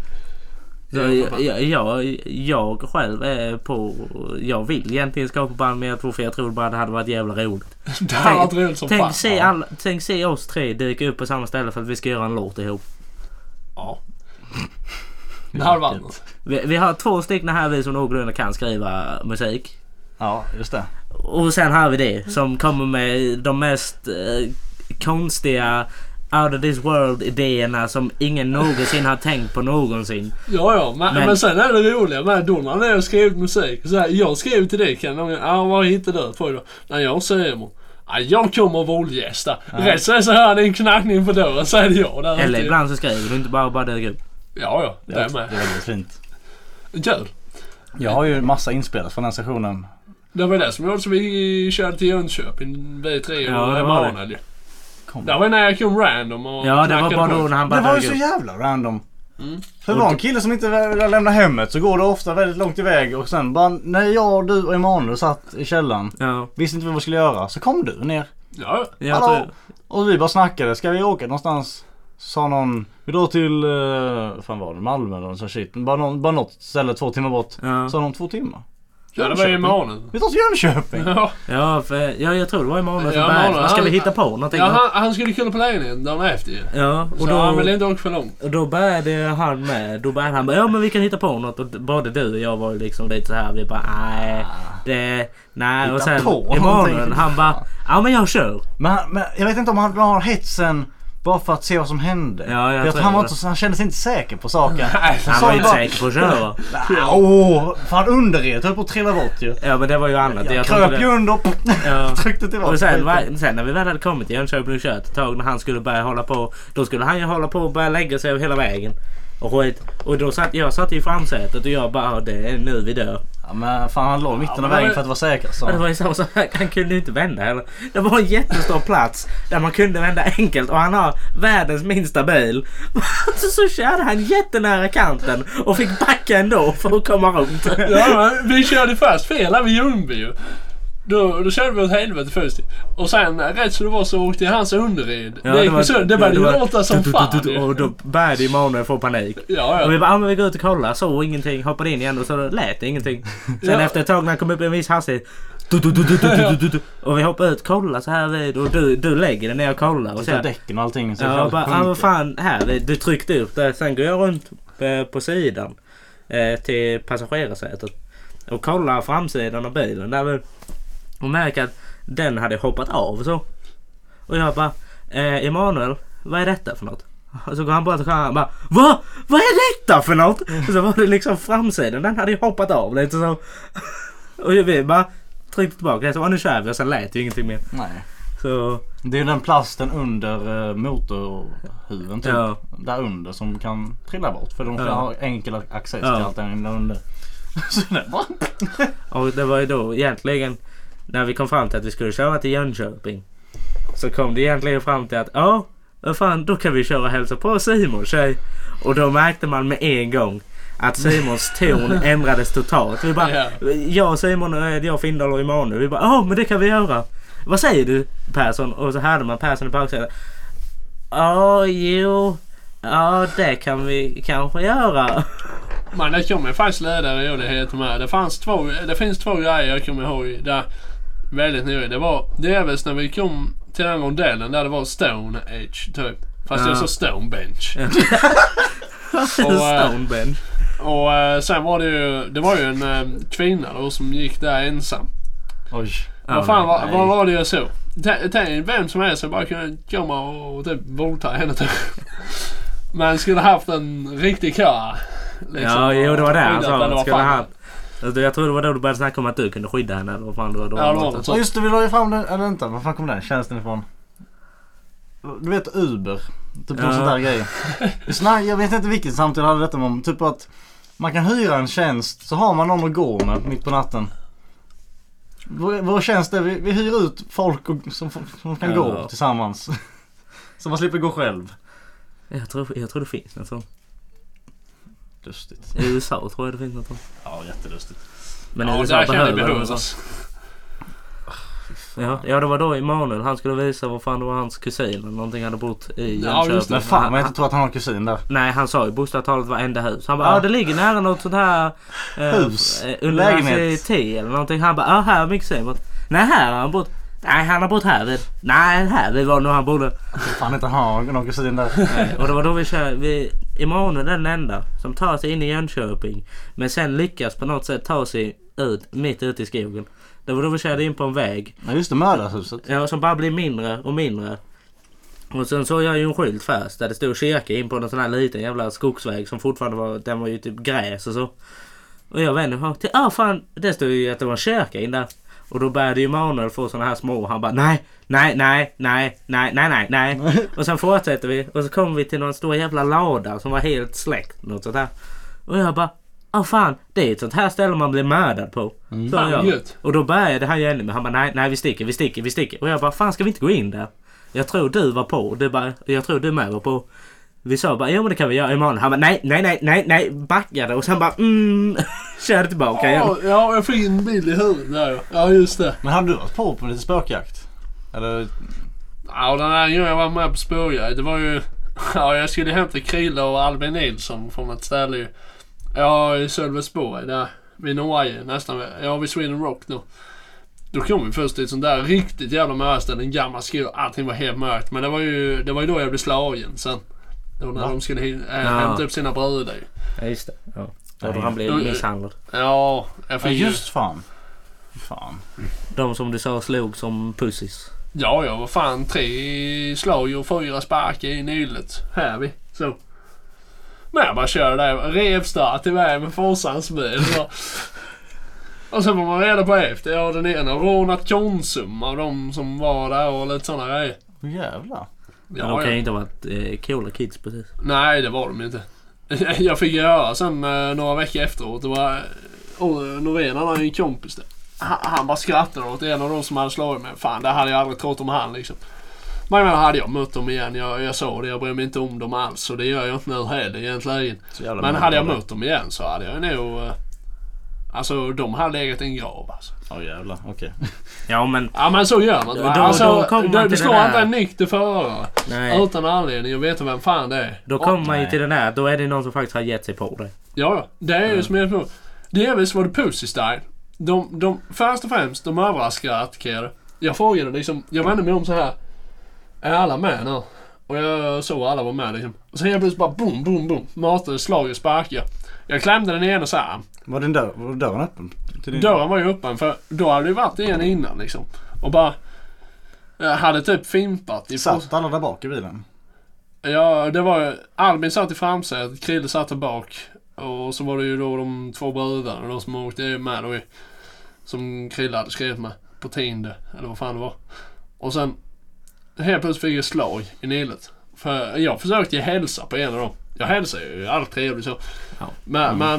Jag själv är på... Jag vill egentligen skapa band med för jag tror bara det hade varit jävla roligt. Det hade varit roligt som fan. Tänk se oss tre dyka upp på samma ställe för att vi ska göra en låt ihop. Ja. Det hade varit något. Vi har 2 stycken här vi som någorlunda kan skriva musik. Ja, just det. Och sen har vi det som kommer med de mest konstiga out of this world idéerna som ingen någonsin har tänkt på någonsin. Ja, men sen är det roliga med Donald när jag skrivit musik. Så här, jag skrev till dig, vad hittade du på då? När jag säger jag kommer att våldgästa. Rätt så här, det är en knackning på dörren, så är det jag där. Eller ibland så skriver du inte bara det upp. Ja, det är med. Det är väldigt fint. Kul. Jag har ju massa inspelat från den sessionen. Det var det som gjorde så vi körde till Jönköping. Vi 3 och Emanuel. Det var när jag kom random och det var bara då när han bara. Det var ju så jävla random. För var en kille som inte vill lämna hemmet så går det ofta väldigt långt iväg. Och sen bara när jag, du och Emanuel satt i källaren. Visste inte vad vi skulle göra. Så kom du ner. Ja. Och vi bara snackade. Ska vi åka någonstans? Sa någon, vi drar till fan var det, Malmö eller så shit. Bara något ställe 2 timmar bort. Sa de 2 timmar. Ja, det var ju imorgon. Vi tar till Jönköping. Jag tror det var imorgon. Vad ska vi hitta på någonting? Ja, han skulle kunna på lägenheten dagen efter. Ja, och så då han ville inte åka för långt. Och då började han bara, men vi kan hitta på något. Och både du och jag var ju liksom lite så här, vi bara, nej. Och sen imorgon, han bara, men jag kör. Men jag vet inte om han har hetsen Bara för att se vad som hände. Ja, jag tror han kände sig inte säker på saken. Han var inte säker på att köra. Fan underred höll på att trilla bort ju. Ja, men det var ju annat. Jag kröp ju under och tryckte tillbaka. Och sen när vi väl hade kommit till Jönköping och kört ett tag när han skulle börja hålla på, då skulle han ju hålla på och börja lägga sig över hela vägen. Och då satt i framsätet och jag bara, det är nu vi dör. Ja, men fan han låg mitten av vägen för att vara säker. Så. Det var ju så han kunde ju inte vända heller. Det var en jättestor plats där man kunde vända enkelt och han har världens minsta bil. Så körde han jättenära kanten och fick backa ändå för att komma runt. Ja, vi körde först fel här vid Ljungby ju. Då körde vi åt helvete först. Och sen rätt så det var så åkte hans underred. Ja, det började ju låta som fan. Och då började Emanuel få panik. Ja. Och vi bara, vi går ut och kollar. Så ingenting, hoppade in igen och så lät det ingenting. Sen efter ett tag när han kom upp i en viss hastighet. Och vi hoppade ut, kolla så här vid. Och du lägger den ner och kollar. Och så däcken och allting. Så ja, bara, vad fan, här, du tryckte upp det. Sen går jag runt på sidan till passagerarsätet. Och kollar framsidan av bilen. Där och märker att den hade hoppat av och så. Och jag bara, Emanuel, vad är detta för något? Och så går han bort och bara, vad är detta för något? Och så var det liksom framsidan, den hade ju hoppat av lite så. Och vi bara tryckte tillbaka, så nu kör vi och sen lät ju ingenting mer. Nej. Så det är ju den plasten under motorhuven typ. Ja. Där under som kan trilla bort. För de kan ha enkel access till allt där under. Så det var. Och det var ju då egentligen när vi kom fram till att vi skulle köra till Jönköping. Så kom det egentligen fram till att vad fan, då kan vi köra och hälsa på Simons tjej. Och då märkte man med en gång att Simons ton ändrades totalt. Vi bara, jag, Simon, jag, Findal och Emanuel, vi bara, men det kan vi göra. Vad säger du, Persson? Och så hörde man Persson i baksätet. Det kan vi kanske göra. Men det kommer faktiskt ledare och det heter med. Det finns två grejer jag kommer ihåg där väldigt nöjd. Det är väl när vi kom till den rondellen där det var Stone Age typ. Fast det så Stone Bench. Stone Bench. Och sen var det var ju en kvinna då som gick där ensam. Oj. Vad var det jag så? Tänk vem som helst bara kunde komma och typ våldta henne typ. Man skulle haft en riktig kör. Liksom, det var det han sa. Jag tror det var då du började snacka om att du kunde skydda henne. Eller vad fan det var då. Just det, vi la ju fram den. Eller inte, vad fan kom den tjänsten ifrån? Du vet Uber. Typ någon sån där grej. Jag vet inte vilket samtidigt hade detta om. Typ att man kan hyra en tjänst. Så har man någon att gå med mitt på natten. Vår tjänst är vi hyr ut folk som kan gå tillsammans. Så man slipper gå själv. Jag tror det finns något sånt. Lustigt. I USA tror jag det finns något sånt. Ja, jättelustigt. Men i USA behöver det. Ja, det var då Emanuel. Han skulle visa vad fan det var hans kusin eller någonting hade bott i Jönköping. Men fan, man inte tror att han har kusin där. Nej, han sa ju bostadstalet var enda hus. Han bara, det ligger nära något sånt här hus, universitet eller någonting. Han bara, här har mycket kusin. Nej, här har han bott. Nej, han har bott här vid. Nej, här vid var nog han bodde. Fan inte ha någon kusin där. Nej, och det var då vi Emanuel den enda som tar sig in i Jönköping. Men sen lyckas på något sätt ta sig mitt ut i skogen. Det var då vi körde in på en väg. Ja, just det, mördarhuset. Ja, som bara blir mindre och mindre. Och sen såg jag ju en skylt först där det stod kyrka in på en sån här liten jävla skogsväg som fortfarande den var ju typ gräs och så. Och jag vände till, fan, det stod ju att det var en kyrka in där. Och då började ju Emanuel få såna här små. Han bara, nej. Och sen fortsätter vi. Och så kommer vi till någon stor jävla lada som var helt släckt. Något sånt här. Och jag bara, fan, det är ett sånt här ställe man blir mördad på. Och då började han ju ännu med. Han bara, nej, vi sticker. Och jag bara, fan, ska vi inte gå in där? Jag tror du var på. Jag tror du med var på. Vi sa bara, men det kan vi göra imorgon. Han bara, nej, backade. Och sen bara, körde tillbaka igen. Ja, jag fick en bild i huvudet där. Ja, just det. Men hade du varit på lite spökjakt? Eller? Ja, den här gången jag var med på spökjakt. Det var ju, jag skulle hämta Krille och Albin Nilsson från ett ställe ju. Ja, i Sölvesborg där vid Norge nästan. Ja, vid Sweden Rock då. Då kom vi först till ett sånt där riktigt jävla mörkställe, en gammal skog. Allting var helt mörkt. Men det var ju då jag blev slagen sen. Då när de skulle hämta upp sina bröder. Ja, just det. Ja. Då han blev misshandlad. Ja, jag fick just fan. Fan. De som du sa slog som pussis. Ja, jag var fan 3 slag och 4 sparkar i nyllet. Här vi. Så. Men jag bara körde där. Revstart iväg med forsans bil. Så. Och sen var man reda på efter. Ja, den ena rånat Konsum av de som var där och lite sådana grejer. Jävlar. Ja, de kan ju inte ha varit coola kids precis. Nej, det var de inte. Jag fick göra sen några veckor efteråt. Det var Norén, han har ju en kompis där. Han bara skrattade åt en av de som hade slagit mig. Fan, det hade jag aldrig trott om han liksom. Men hade jag mött dem igen, jag sa det, jag bryr mig inte om dem alls. Och det gör jag inte nu heller egentligen. Men hade jag mött dem igen så hade jag nog... Alltså, de hade legat i en grav alltså. Ja, jävlar, okej. Ja, men så gör man. Du slår inte en nykter förare. Nej. Utan anledning, jag vet vem fan det är. Då kommer man ju till den här, då är det någon som faktiskt har gett sig på det. Ja, det är ju som jag tror. Det är väl så var det Pussy Style. De först och främst, de överraskade attackerade. Jag frågade liksom, jag vände mig om så här. Är alla med nu? Och jag såg alla var med liksom. Och sen jag blev bara boom, boom, boom. Matade, slag och sparkade. Jag klämde den ena så här. Var dörren öppen? Dörren var ju öppen för då hade det varit en innan liksom. Och bara hade typ fimpat. Satt alla där bak i bilen? Ja, det var Albin satt i framsätet, Krille satt där bak. Och så var det ju då de 2 bröderna då som åkte med då som Krille hade skrivit med på Tinder, eller vad fan det var. Och sen helt plötsligt fick jag slag i nyllet. För jag försökte ju hälsa på en av dem. Jag hälsar ju allt trevligt så. Ja. Men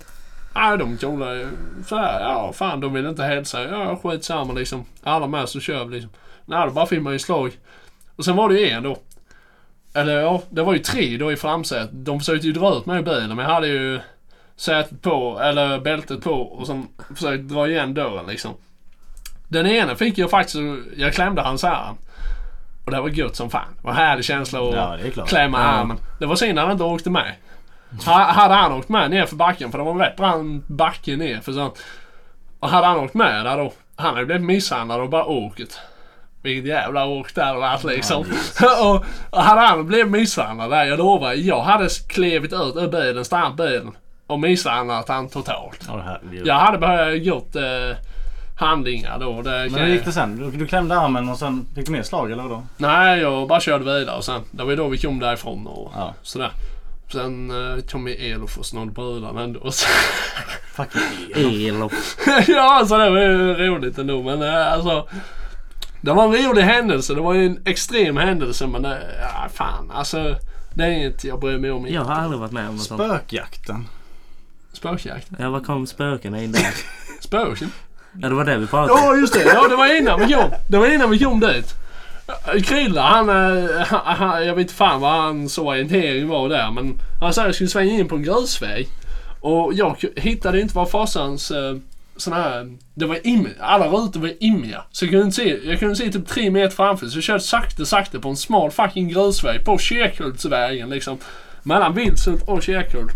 de kollar så här, ja fan de vill inte hälsa. Ja, skitsamma liksom. Alla med så kör vi liksom. Nej, då bara filmar ju slag. Och sen var det ju en då. Eller ja, det var ju 3 då i framsätet. De försökte ju dra ut mig i bilen, men jag hade ju sätet på, eller bältet på och sen försökte dra igen dörren liksom. Den ena fick jag faktiskt, jag klämde hans arm. Och det var gött som fan. Det var härlig känsla att klämma armen. Det var synd att han inte åkte med. Hade han åkt med ner för backen, för det var en rätt brant backe ner för sånt. Och hade han åkt med där då, han hade blivit misshandlad och bara åkt. Vilket jävla åk där och allt liksom. och hade han blivit misshandlad där, jag lovar, jag hade klivit ut ur bilen, stannat bilen och misshandlat han totalt. Jag hade börjat gjort handlingar då. Men hur gick det sen? Du klämde armen och sen fick du mer slag eller då? Nej, jag bara körde vidare och sen, det var då vi kom därifrån och sådär. Sen kom jag Elof och snodde bröderna ändå. Fucking Elof. Ja, alltså det var ju roligt ändå, men alltså det var en rolig händelse, det var ju en extrem händelse, men fan, alltså det är inget jag bryr mig om. Jag har aldrig varit med om något sånt. Spökjakten. Spökjakten? Ja, vad kom spöken in där? Spöken? Ja, det var det vi pratade. Ja, just det. Ja, det var innan vi kom dit. Krilla, han jag vet inte fan vad han så orientering var där, men han sa att jag skulle svänga in på en grusväg. Och jag hittade inte var farsans såna här, det var alla rutor var immiga. Så jag kunde se typ 3 meter framför, så jag körde sakta på en smal fucking grusväg på Kyrkhultsvägen liksom. Mellan Vilshult och Kyrkhult.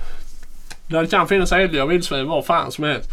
Där det kan finnas äldliga vildsvin var fan som helst.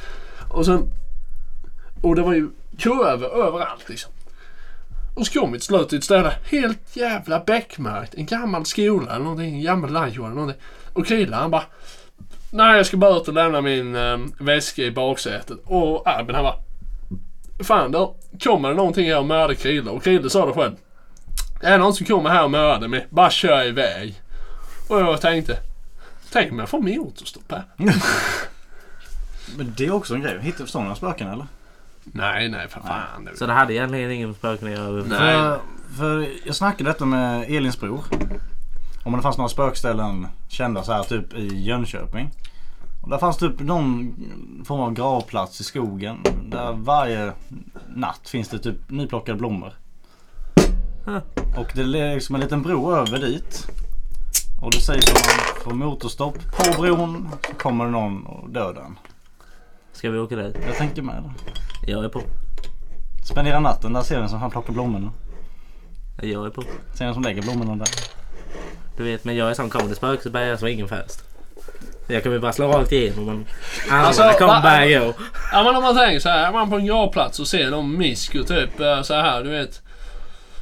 Och det var ju kurvor överallt liksom. Och så kom vi till slut till ett ställe helt jävla bäckmärkt. En gammal skola eller någonting, en gammal landjord eller någonting. Och Krilla han bara, nej jag ska bara ut och lämna min väska i baksätet. Och Albin han bara, fan då kommer det någonting här och mördar Krilla. Och Krilla sa det själv, är det någon som kommer här och mördar mig, bara kör iväg. Och jag tänkte, tänk om jag får motorstopp här. Men det är också en grej, hittar du några spöken eller? Nej, för fan. Så det hade egentligen ingen spöken att göra. Nej. För jag snackade detta med Elins bror. Om det fanns några spökställen kända så här typ i Jönköping. Och där fanns typ någon form av gravplats i skogen. Där varje natt finns det typ nyplockade blommor. Och det är liksom en liten bro över dit. Och det sägs att man får motorstopp på bron så kommer det någon och dödar den. Ska vi åka dit? Jag tänker med det. Jag är på. Spendera natten, där ser vi som han plockar blommorna. Jag är på. Ser vi som lägger blommorna där. Du vet, men jag är som kommer det spök så bär jag så ingen fest. Jag kan ju bara slå rakt igenom men alltså, det kommer bara gå. Ja men om man tänker så här, är man på en gravplats och ser någon misk och typ så här, du vet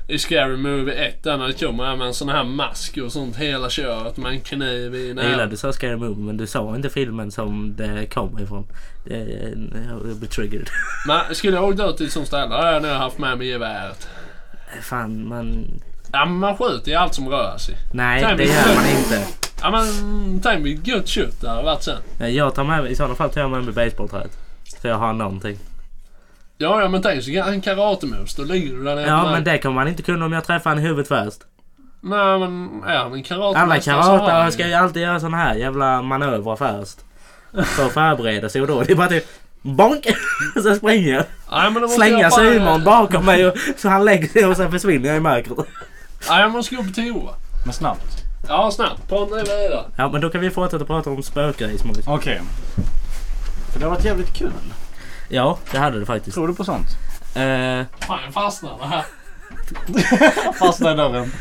i Scary Movie 1 där när det kommer med en sån här mask och sånt hela köret med en kniv i Jag näven. gillade du sa Scary Movie, men du sa inte filmen som det kom ifrån. Jag blir triggered. Men skulle jag åkt ut till ett sånt ställe har jag nu haft med mig geväret. Fan, man... Ja, men man skjuter i allt som rör sig. Nej, det gör man inte. Ja, men tänk mig gött kött det har varit sen. Jag tar med, i sådana fall tar jag med mig basebollträdet. Så jag har någonting. Ja, men tänk så en karatemus, då ligger du där nere. Ja, men det kommer man inte kunna om jag träffar han i huvudet först. Nej, men ja, men karatemus. Alla karatare ska ju alltid göra sån här jävla manövrar först. För att förbereda sig, och då det är bara typ bonk! Så springer jag. Nej, men Slänga Simon bakom mig och, så han lägger sig och sen försvinner jag i mörkret. Nej, jag måste gå på toa. Men snabbt. Ja, snabbt. Prata nu vidare. Ja, men då kan vi fortsätta prata om spökgrejs. Okej. För det har varit jävligt kul. Ja, det hade det faktiskt. Tror du på sånt? Fan, jag fastnade här. Fastnar i dörren.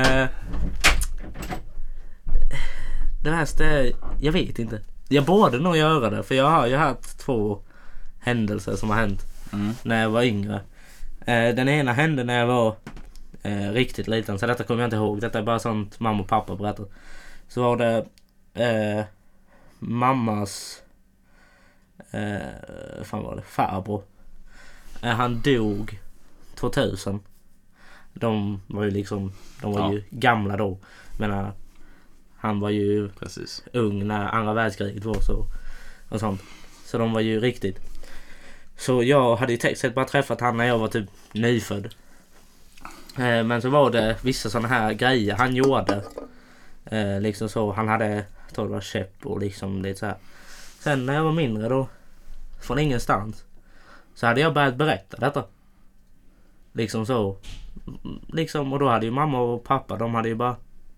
Det värsta är, jag vet inte. Jag borde nog göra det, för jag har ju haft 2 händelser som har hänt när jag var yngre. Den ena hände när jag var riktigt liten, så detta kommer jag inte ihåg. Detta är bara sånt mamma och pappa berättar. Så var det mammas farbror. Han dog 2000. De var ju liksom, de var ju gamla då. Men han var ju precis ung när andra världskriget var så och sånt. Så de var ju riktigt. Så jag hade ju tänkt bara träffat han när jag var typ nyfödd. Men så var det vissa såna här grejer han gjorde. Liksom så, han hade, jag tror det var käpp och liksom lite så här. Sen när jag var mindre då, från ingenstans, så hade jag börjat berätta detta. Liksom så. Liksom, och då hade ju mamma och pappa, de hade ju bara,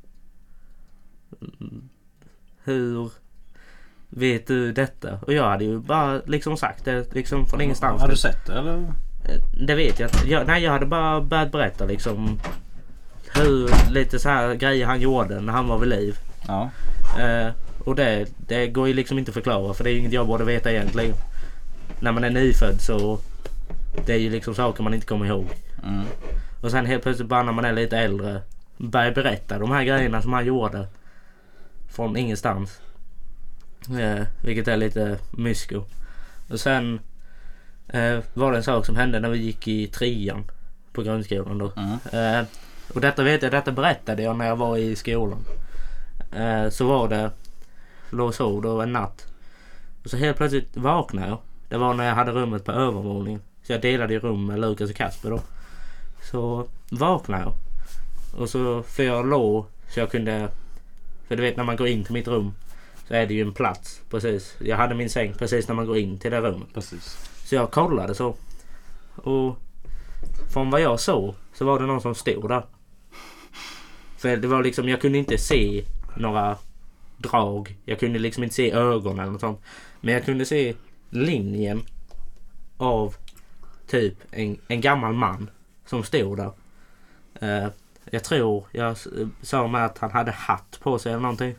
hur vet du detta? Och jag hade ju bara liksom sagt det liksom från ingenstans. Har du sett det eller? Det vet jag. Jag hade bara börjat berätta liksom hur lite så här grejer han gjorde när han var vid liv. Ja. Och det går ju liksom inte att förklara, för det är ju inget jag borde veta egentligen. När man är nyfödd så det är ju liksom saker man inte kommer ihåg. Och sen helt plötsligt bara när man är lite äldre börjar berätta de här grejerna som han gjorde från ingenstans. Vilket är lite mysko. Och sen var det en sak som hände när vi gick i 3:an på grundskolan då. Och detta vet jag, detta berättade jag när jag var i skolan. Så var det, låg så då en natt. Och så helt plötsligt vaknade jag. Det var när jag hade rummet på övervåningen. Så jag delade i rum med Lukas och Kasper då. Så vaknade jag. Och så, för jag låg så jag kunde, för du vet när man går in till mitt rum så är det ju en plats precis. Jag hade min säng precis när man går in till det rummet. Precis. Så jag kollade så. Och från vad jag såg så var det någon som stod där. För det var liksom, jag kunde inte se några drag. Jag kunde liksom inte se ögonen eller något sånt. Men jag kunde se linjen av typ en gammal man som stod där. Jag tror jag sa med att han hade hatt på sig eller någonting.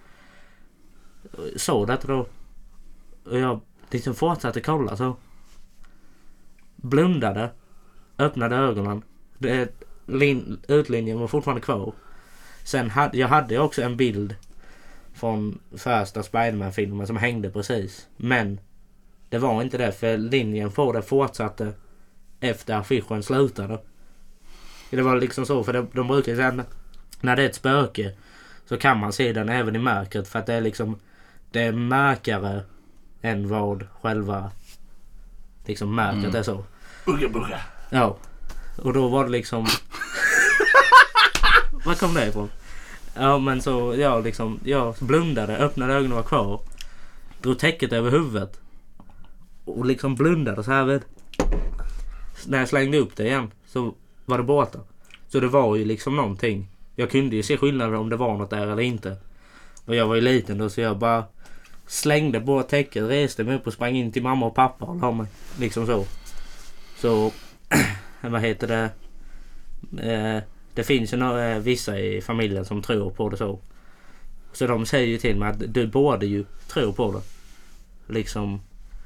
Så det då. Och jag liksom fortsatte kolla så. Blundade. Öppnade ögonen. Utlinjen var fortfarande kvar. Sen jag hade också en bild från första Spider-Man-filmen som hängde precis. Men det var inte det, för linjen på det fortsatte efter affischen slutade. Det var liksom så, för de brukar säga när det är ett spöke så kan man se den även i mörkret, för att det är liksom, det är mörkare än vad själva liksom mörkret är så. Bugga. Ja. Och då var det liksom vad kom det ifrån? Ja, men så jag blundade, öppnade ögonen var kvar, drog täcket över huvudet och liksom blundade så här vid. När jag slängde upp det igen så var det borta. Så det var ju liksom någonting. Jag kunde ju se skillnaden om det var något där eller inte. Och jag var ju liten då, så jag bara slängde på täcket, reste mig upp och sprang in till mamma och pappa och la mig. Liksom så. Så vad heter det? Det finns ju vissa i familjen som tror på det så. Så de säger ju till mig att du borde ju tro på det. Liksom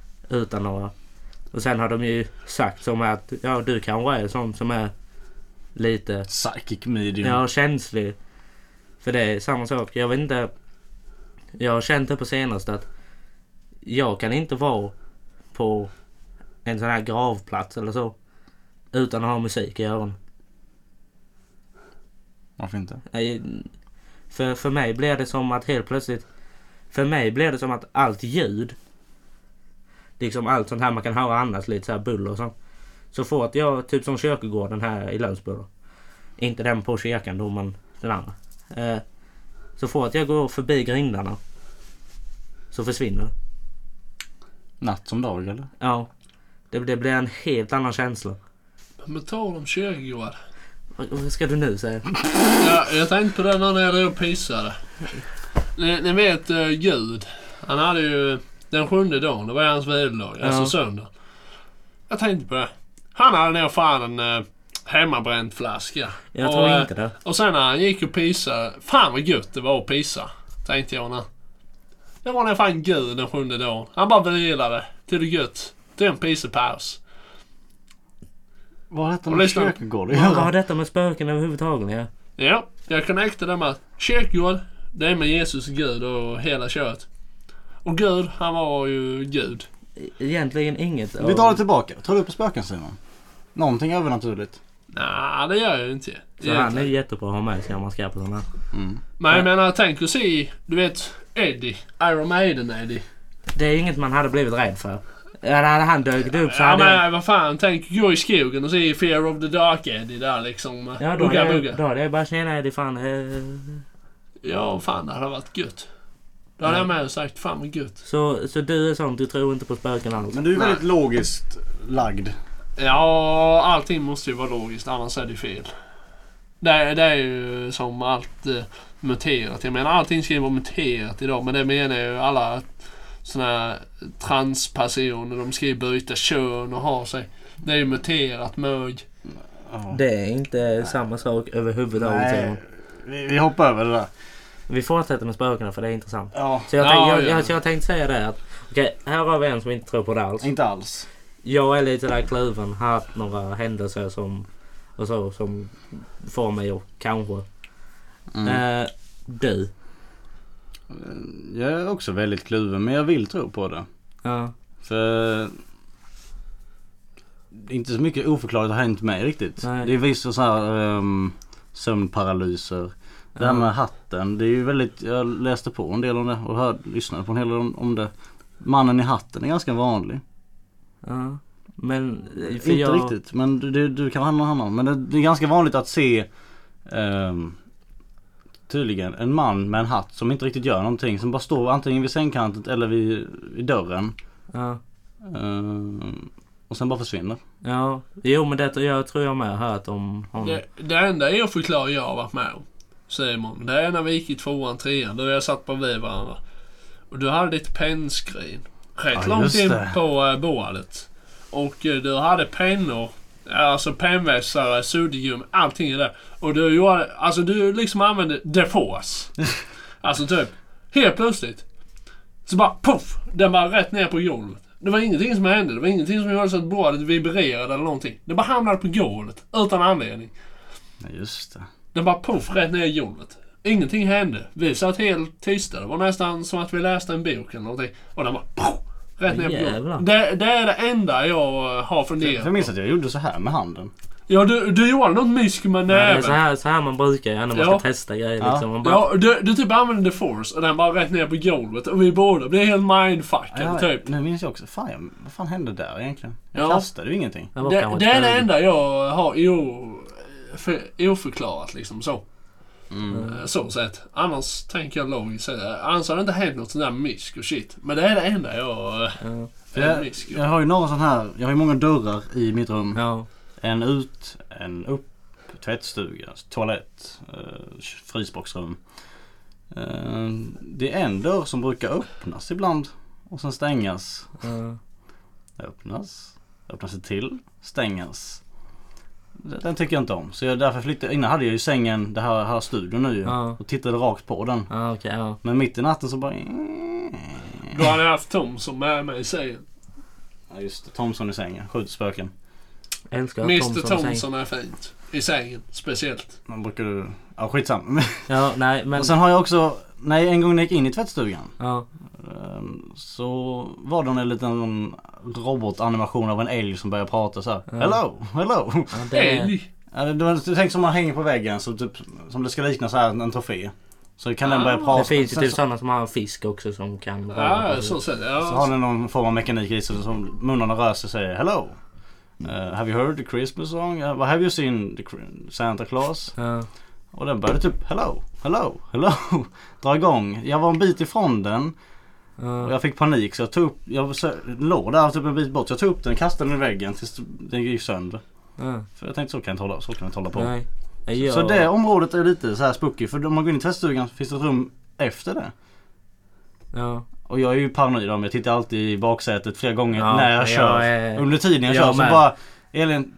utan några. Och sen har de ju sagt som att ja, du kanske är sån som är lite Psychic medium. Ja, känslig. För det är samma sak. Jag vet inte. Jag har känt det på senaste att jag kan inte vara på en sån här gravplats eller så utan att ha musik i öronen. Varför inte? För mig blir det som att helt plötsligt, för mig blir det som att allt ljud, liksom allt sånt här man kan höra annars, lite så här buller och sånt, så får att jag, typ som kyrkogården här i Lönsbro, inte den på kyrkan då, men den andra, så får att jag går förbi grindarna så försvinner det. Natt som dag eller? Ja, det blir en helt annan känsla. Men tal om kyrkogård. Vad ska du nu säga? Ja, jag tänkte på det när jag är och pissade. Ni vet Gud. Han hade ju den 7:e dagen. Det var hans vilodag. Alltså söndag. Jag tänkte på det. Han hade nog fan en hemmabränt flaska. Jag tror inte det. Och sen när han gick och pissade. Fan vad gött det var att pissa. Tänkte jag när. Det var nog fan Gud den 7:e dagen. Han bara vilade till det gött. Till en pissepaus. Vad har detta med kyrkogård att Vad göra? har detta med spöken överhuvudtaget? Ja. Ja, jag connectade det med att kyrkogård, det är med Jesus, Gud och hela kört. Och Gud, han var ju Gud. Egentligen inget. Vi tar det tillbaka. Tror du på spöken, Simon? Någonting övernaturligt? Nej, det gör jag inte. Så han är jättebra att ha med sig när man ska på sådana. Men jag menar, tänk att se, du vet, Eddie. Iron Maiden Eddie. Det är inget man hade blivit rädd för. Hade han dögt upp så Ja, hade men vad fan, tänk gå i skogen och se Fear of the Dark Eddie där liksom. Ja, då hade jag bara känna Eddie fan. Ja, fan, det hade varit gött. Då hade jag med och sagt, fan vad gött. Så du är sånt, du tror inte på spöken alls? Men du är väldigt logiskt lagd. Ja, allting måste ju vara logiskt, annars är det fel. Det är ju som allt muterat. Jag menar, allting ska ju vara muterat idag, men det menar ju alla såna här transpersoner. De ska ju byta kön och ha sig. Det är ju muterat mög. Det är inte samma sak överhuvudtaget. Vi hoppar över det där. Vi fortsätter med spökena för det är intressant. Ja. Så jag tänkte säga det att okej, här har vi en som inte tror på det alls. Inte alls. Jag är lite där kluven, har haft några händelser som får mig att kanske. Du. Jag är också väldigt kluven, men jag vill tro på det. Ja. För inte så mycket oförklarligt har hänt mig riktigt. Nej. Det är vissa så här sömnparalyser. Det här med hatten, det är ju väldigt, jag läste på en del om det och lyssnade på en hel del om det. Mannen i hatten är ganska vanlig. Ja. Men för inte riktigt, men du kan ha någon annan. Men det är ganska vanligt att se tydligen en man med en hatt som inte riktigt gör någonting, som bara står antingen vid sängkanten eller vid dörren. Ja. Och sen bara försvinner. Ja, jo men det jag tror jag med har hört om honom. Det enda jag förklarar jag har varit med om, Simon, det är när vi gick i 2:an, 3:an, då jag satt bredvid varandra. Och du hade ditt pennskrin rätt långt in på bordet. Och du hade pennor, alltså pennvässare, suddgum, allting är där. Och du liksom använde the force. Alltså typ, helt plötsligt så bara puff, den bara rätt ner på golvet. Det var ingenting som hände, det var ingenting som gjorde så att bordet vibrerade eller någonting. Det bara hamnade på golvet, utan anledning. Ja, just det. Den bara puff rätt ner i golvet. Ingenting hände. Vi satt helt tysta. Det var nästan som att vi läste en bok eller någonting. Och den bara puff, rätt ner på golvet. Det är det enda jag har funderat på. Jag minns att jag gjorde så här med handen. Ja, du gjorde något mysk med näven. Det är så här man brukar göra när man ska testa grejer liksom. Man bara... Ja, du typ använde the force och den bara rätt ner på golvet. Och vi båda blev helt mindfuckade typ. Nu minns jag också. Vad fan hände där egentligen? Jag kastade ju ingenting. Det är det enda jag har oförklarat liksom så. Så sett. Annars tänker jag logiskt. Annars har det inte hänt något sånt där mysk och shit. Men det är det enda jag... Jag har ju några sån här. Jag har ju många dörrar i mitt rum. Ja. En ut, en upp, tvättstuga, toalett, frysboxrum. Det är en dörr som brukar öppnas ibland och sen stängas. Öppnas det till, stängas. Den tycker jag inte om. Så jag därför flyttade. Innan hade jag ju sängen, det här studion nu och tittade rakt på den. Men mitt i natten så bara... Då hade jag haft Tom som med mig i sängen. Ja just det, Thomson i sängen, skjut spöken. älskar Mr. Thompson är fint. I sängen, speciellt. Man brukar du... Ja, skitsamma. Ja, nej men... Och sen har jag också... Nej, en gång när jag gick in i tvättstugan. Ja. Så var det en liten robotanimation av en älg som började prata så här. Ja. Hello. Ja, det är... Älg! Ja, det tänk som man hänger på väggen så typ, som det ska likna så här en trofé. Så kan den börja prata. Det finns ju sen typ så, sådana som har fisk också som kan... Ja, så sett. Ja. så har den någon form av mekanik i sig som munnarna rör sig och säger hello. Have you heard the Christmas song? Have you seen the Santa Claus? Ja. Och den började typ hello. Dra igång. Jag var en bit ifrån den. Och jag fick panik så jag låg där typ en bit bort. Så jag tog upp den, kastade den i väggen tills den gick sönder. Ja. För jag tänkte så kan jag inte hålla på. Nej. Så det området är lite så här spooky. För om man går in i tvättstugan finns det ett rum efter det. Ja. Och jag är ju paranoid om jag tittar alltid i baksätet flera gånger Ja, när jag kör. Under tiden jag kör så med. bara Elin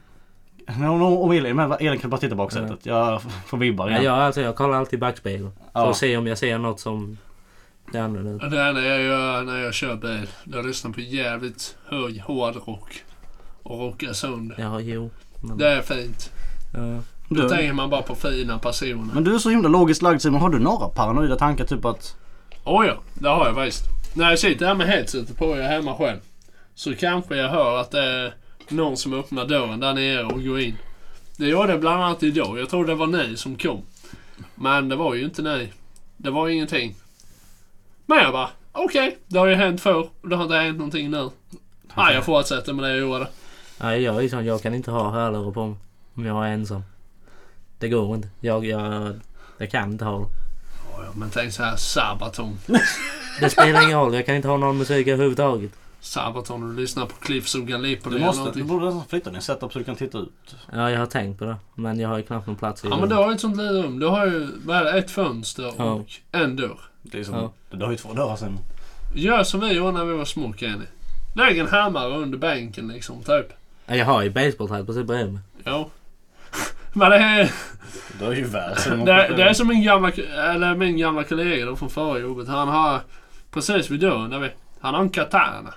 kan bara titta i baksätet. Jag får vibbar igen. Jag kollar alltid i backspegeln. För att se om jag ser något som det andra nu. Det enda jag gör när jag kör bil, jag lyssnar på jävligt hög hårdrock och rockar sönder. Ja, jo. Men... Det är fint. Ja. Då tänker man bara på fina personer. Men du är så himla logiskt lagd, Simon. Har du några paranoida tankar typ att... Ja, det har jag faktiskt. När jag sitter här med headsetet på jag är hemma själv, så kanske jag hör att det är någon som öppnar dörren där nere och går in. Det gjorde det bland annat idag. Jag tror det var ni som kom. Men det var ju inte ni. Det var ingenting. Men jag bara, okej, det har ju hänt förr. Det har inte hänt någonting nu. Nej, jag fortsätter med det jag gjorde. Nej, jag kan inte ha hörlurar på mig om jag är ensam. Det går inte. Jag kan inte ha det. Ja, men tänk så här, Sabaton. Det spelar ingen roll, jag kan inte ha någon musik överhuvudtaget. Sabaton, du lyssnar på Cliffs of Gallipoli. Du borde nästan flytta din setup så du kan titta ut. Ja, jag har tänkt på det. Men jag har ju knappt någon plats i Ja, men du har ju ett sånt litet rum. Du har ju ett fönster och en dörr. Det är som, du har ju 2 dörrar sen. Gör som vi gjorde när vi var små, Kenny. Lägg en hammare under bänken liksom, typ. Ja, jag har ju basebollträ precis bredvid mig. Ja. Men det är... Det är ju värst. Det är som min gamla kollega då från förra jobbet. Han har precis vid dörren där han har en katana.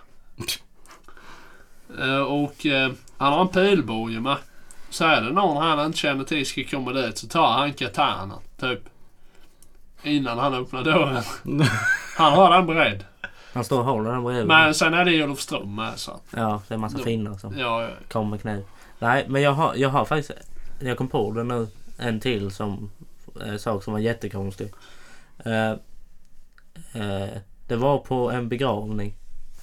Och han har en pilbåge med. Så är det någon han inte känner till ska komma dit, så tar han katana typ innan han öppnar dörren. Han har den beredd. Han står och håller den bredvid. Men sen är det Olof Ström med så. Ja, det är en massa finnar som ja. kommer med kniv. Nej, men jag har faktiskt... Jag kom på det nu. En till sak som var jättekonstig. Det var på en begravning.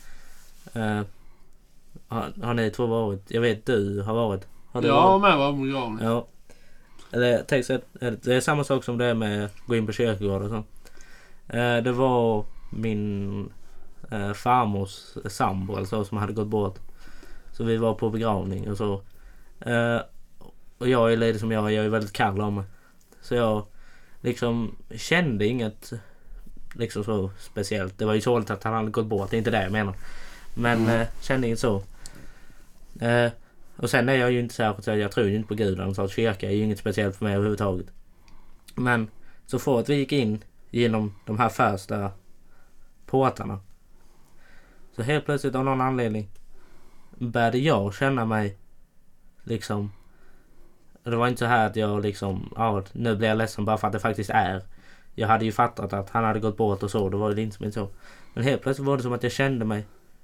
Har ni 2 varit? Jag vet du har varit. Har du varit? Med var på begravning. Ja. Det är samma sak som det är med att gå in på kyrkogård och så. Det var min farmors sambo eller så som hade gått bort. Så vi var på begravning och så. Och jag är lite som jag är väldigt kall om mig. Så jag liksom kände inget liksom så speciellt. Det var ju så att han hade gått bort, det är inte det jag menar. Men kände inget så. Och sen är jag ju inte särskilt så jag tror ju inte på Gud. Han sa att kyrka är ju inget speciellt för mig överhuvudtaget. Men så fort att vi gick in genom de här första portarna, så helt plötsligt av någon anledning började jag känna mig liksom... Det var inte så här att jag liksom, nu blir jag ledsen bara för att det faktiskt är. Jag hade ju fattat att han hade gått bort och så, det var ju inte så. Men helt plötsligt var det som att jag kände mig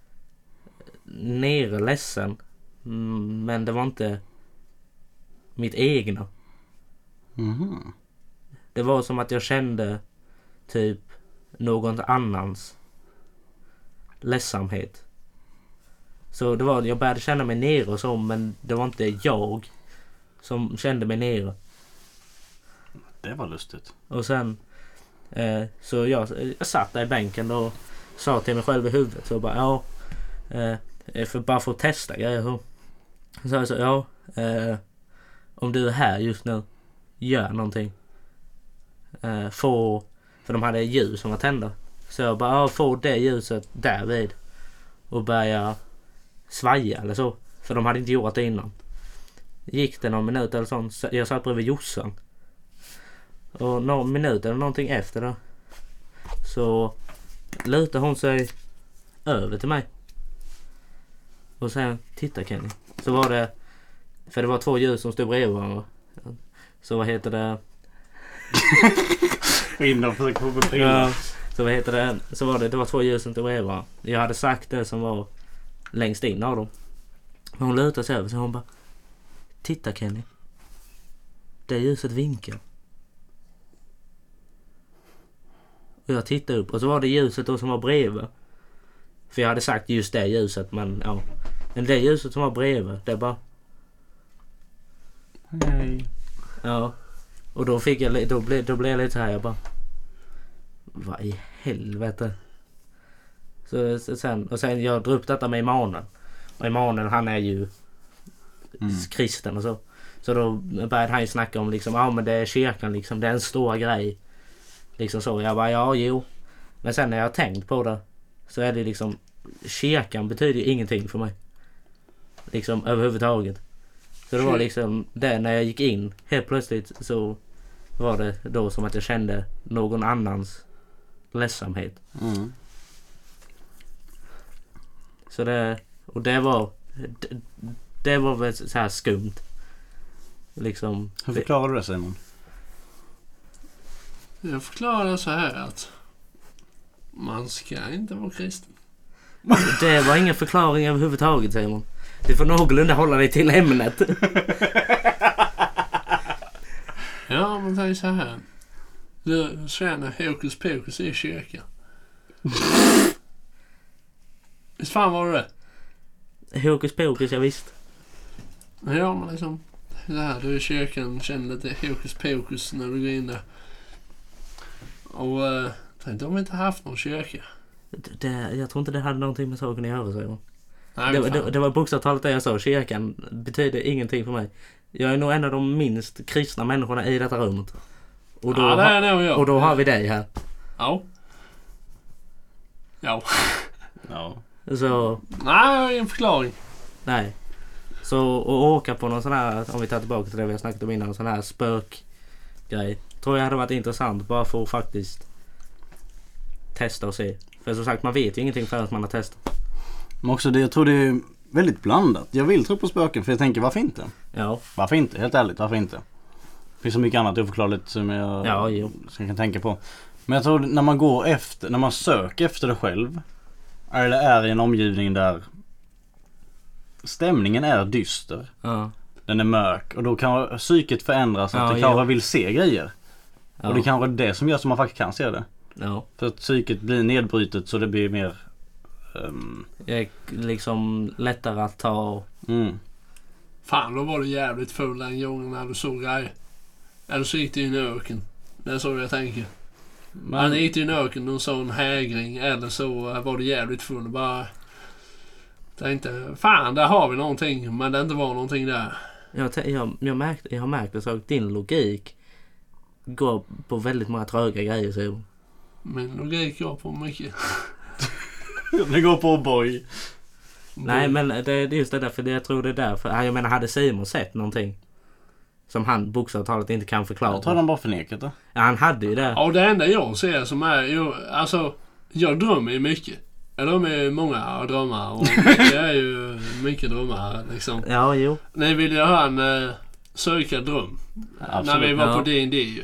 nere ledsen. Men det var inte mitt egna. Mm. Det var som att jag kände typ någon annans ledsamhet. Så det var, jag började känna mig nere och så, men det var inte jag som kände mig nere. Det var lustigt. Och sen så jag satt där i bänken och sa till mig själv i huvudet så bara bara för att testa grejer så om du är här just nu, gör någonting. För de hade ljus som var tända. Så jag bara få det ljuset där vid och börja svaja eller så. För de hade inte gjort det innan. Gick det någon minut eller sånt. Jag satt bredvid Jossan. Och någon minut eller någonting efter det, så lutade hon sig över till mig. Och sen, titta Kenny. Så var det För det var 2 ljus som stod bredvid varandra. Så vad heter det? Ja, så vad heter det? Så var det var 2 ljus som stod bredvid varandra. Jag hade sagt det som var längst in av dem. Men hon lutade sig över så hon bara: titta Kenny. Det ljuset vinkar. Och jag tittade upp och så var det ljuset då som var bredvid. För jag hade sagt just det ljuset, men ja. Men det ljuset som var bredvid, det bara... Nej. Ja. Och då fick jag då blev jag lite så här, jag bara... Vad i helvete? Så sen jag drog upp detta med Emanuel. Och Emanuel, han är ju kristen och så. Så då började han ju snacka om liksom, ja men det är kyrkan liksom, det är en stor grej. Liksom så, jag bara ja, jo. Men sen när jag har tänkt på det så är det liksom, kyrkan betyder ju ingenting för mig. Liksom överhuvudtaget. Så det var liksom det, när jag gick in helt plötsligt så var det då som att jag kände någon annans ledsamhet. Så det, och det var väl så här skumt. Liksom. Hur förklarar du det, Simon? Jag förklarar så här att man ska inte vara kristen. Det var ingen förklaring överhuvudtaget, Simon. Du får någorlunda hålla dig till ämnet. Ja, men det är så här. Du känner hokus pokus i kyrkan. Visst fan var det? Hokus pokus, jag visst. Ja, men liksom det här, du i kyrkan känner lite hokus pokus när du går in där. Och tänkte om vi inte haft någon kyrka. Jag tror inte det hade någonting med saken att göra, Simon. Nej, det var bokstavligt det jag sa. Kyrkan betyder ingenting för mig. Jag är nog en av de minst kristna människorna i detta rummet. Och då, ja, det är nog jag. Och då har vi dig här. Ja. Ja. Så... Nej, jag har ingen förklaring. Nej. Så att åka på någon sån här, om vi tar tillbaka till det vi har snackat om innan, en sån här spökgrej, tror jag hade varit intressant bara för att faktiskt testa och se. För som sagt, man vet ju ingenting förrän man har testat. Men också det, jag tror det är väldigt blandat. Jag vill tro på spöken för jag tänker, varför inte? Ja. Varför inte? Helt ärligt, varför inte? Det finns så mycket annat oförklarligt som jag kan tänka på. Men jag tror när man söker efter det själv, eller är i en omgivning där stämningen är dyster. Ja. Den är mörk och då kan psyket förändras att det kanske vill se grejer. Ja. Och det kanske är det som gör så man faktiskt kan se det. Ja. För att psyket blir nedbrytet så det blir mer liksom lättare att ta. Fan, då var du jävligt full den gången när du såg grejer. Eller så gick det i en öken. Det är så jag tänker. Han gick i en öken och såg en hägring. Eller så var du jävligt full och bara tänkte, fan där har vi någonting. Men det inte var någonting där. Jag har märkt att din logik går på väldigt många tröga grejer, så. Min logik går på mycket. Det går på boy. Nej, men det är just det där, för jag tror det är därför. Jag menar, hade Simon sett någonting som han bokstavligt inte kan förklara? Jag tror han bara förnekat det. Ja, han hade ju det. Ja, det enda jag ser som är, jag drömmer ju mycket. Jag drömmer många drömmar och det är ju mycket drömmar liksom. Ja, jo. Ni vill ju ha en söka dröm. Absolut. När vi var på D&D ju.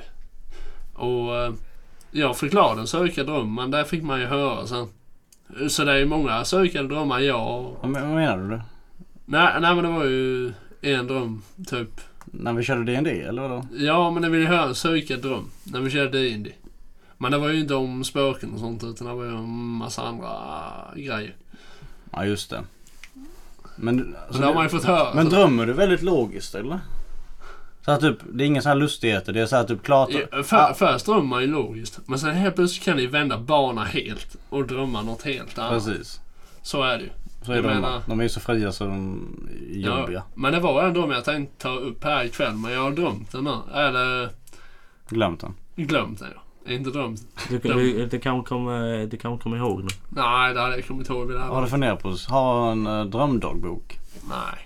Och jag förklarade en söka dröm, men där fick man ju höra sen. Så det är många sökande drömmar, Vad menar du? Nej, men det var ju en dröm typ. När vi körde D&D eller vadå? Ja, men det ville höra en sökande dröm när vi körde D&D. Men det var ju inte om spöken och sånt, utan det var ju en massa andra grejer. Ja, just det. Men så det har man ju fått höra. Men drömmer du väldigt logiskt, eller? Så att typ, det är inga sån här lustigheter, det är så här typ klart. Först drömmer man ju logiskt, men sen helt plötsligt kan ni vända bana helt och drömma något helt annat. Precis. Så är det ju. Så är de är ju så fria så de är jobbiga. Ja, men det var en dröm jag tänkte ta upp här ikväll, men jag har drömt den nu. Eller glömt den. Glömt den, ja. Inte drömt. Du kan komma ihåg nu. Nej, det hade jag kommit ihåg. Har du funderat på ha en drömdagbok? Nej.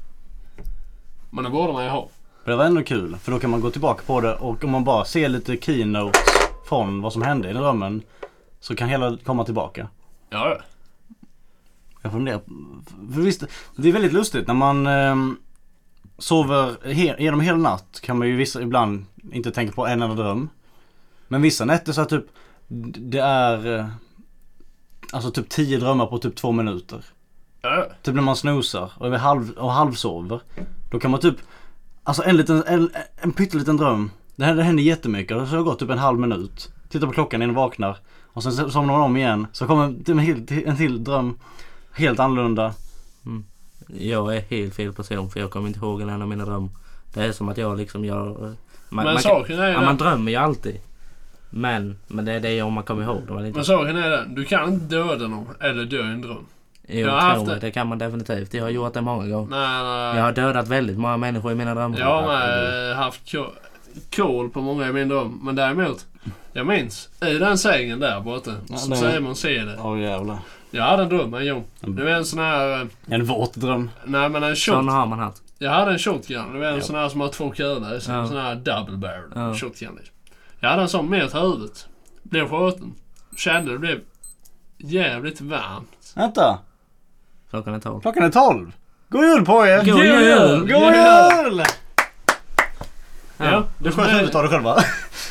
Men det borde man ju ha. Det var ändå kul, för då kan man gå tillbaka på det och om man bara ser lite keynotes från vad som hände i drömmen så kan hela komma tillbaka. Ja. Jag funderar, för visst, det är väldigt lustigt när man sover genom hela natt kan man ju vissa ibland inte tänka på en enda dröm. Men vissa nätter så att typ det är alltså typ 10 drömmar på typ 2 minuter. Typ när man snosar och halvsover. Då kan man typ alltså en pytteliten dröm. Det händer jättemycket. Och så har det gått typ en halv minut. Tittar på klockan innan vaknar. Och sen somnar man om igen. Så kommer en till dröm helt annorlunda. Jag är helt fel person för jag kommer inte ihåg en av mina drömmar. Det är som att jag liksom man drömmer ju alltid. Men det är det om man kommer ihåg det. Men saken är den, du kan inte döda någon eller dö i en dröm. Det kan man definitivt. Jag har gjort det många gånger. Nej. Jag har dödat väldigt många människor i mina drömmar. Jag har haft koll på många i min dröm. Men däremot, jag minns i den sängen där borta som Simon ser det. Åh jävlar. Jag hade en dröm en gång. Det var en sån här... En våt dröm. Nej men en shot. Sån har man haft. Jag hade en shotgun. Det var en sån här som har 2 kulor. En sån här double barrel shotgun liksom. Jag hade en sån med till huvudet. Blev skjuten. Kände det blev jävligt varmt. Vänta. Klockan är 12. Klockan är 12. God jul på er! God jul! God jul! Ja. Du får inte ta det själv va?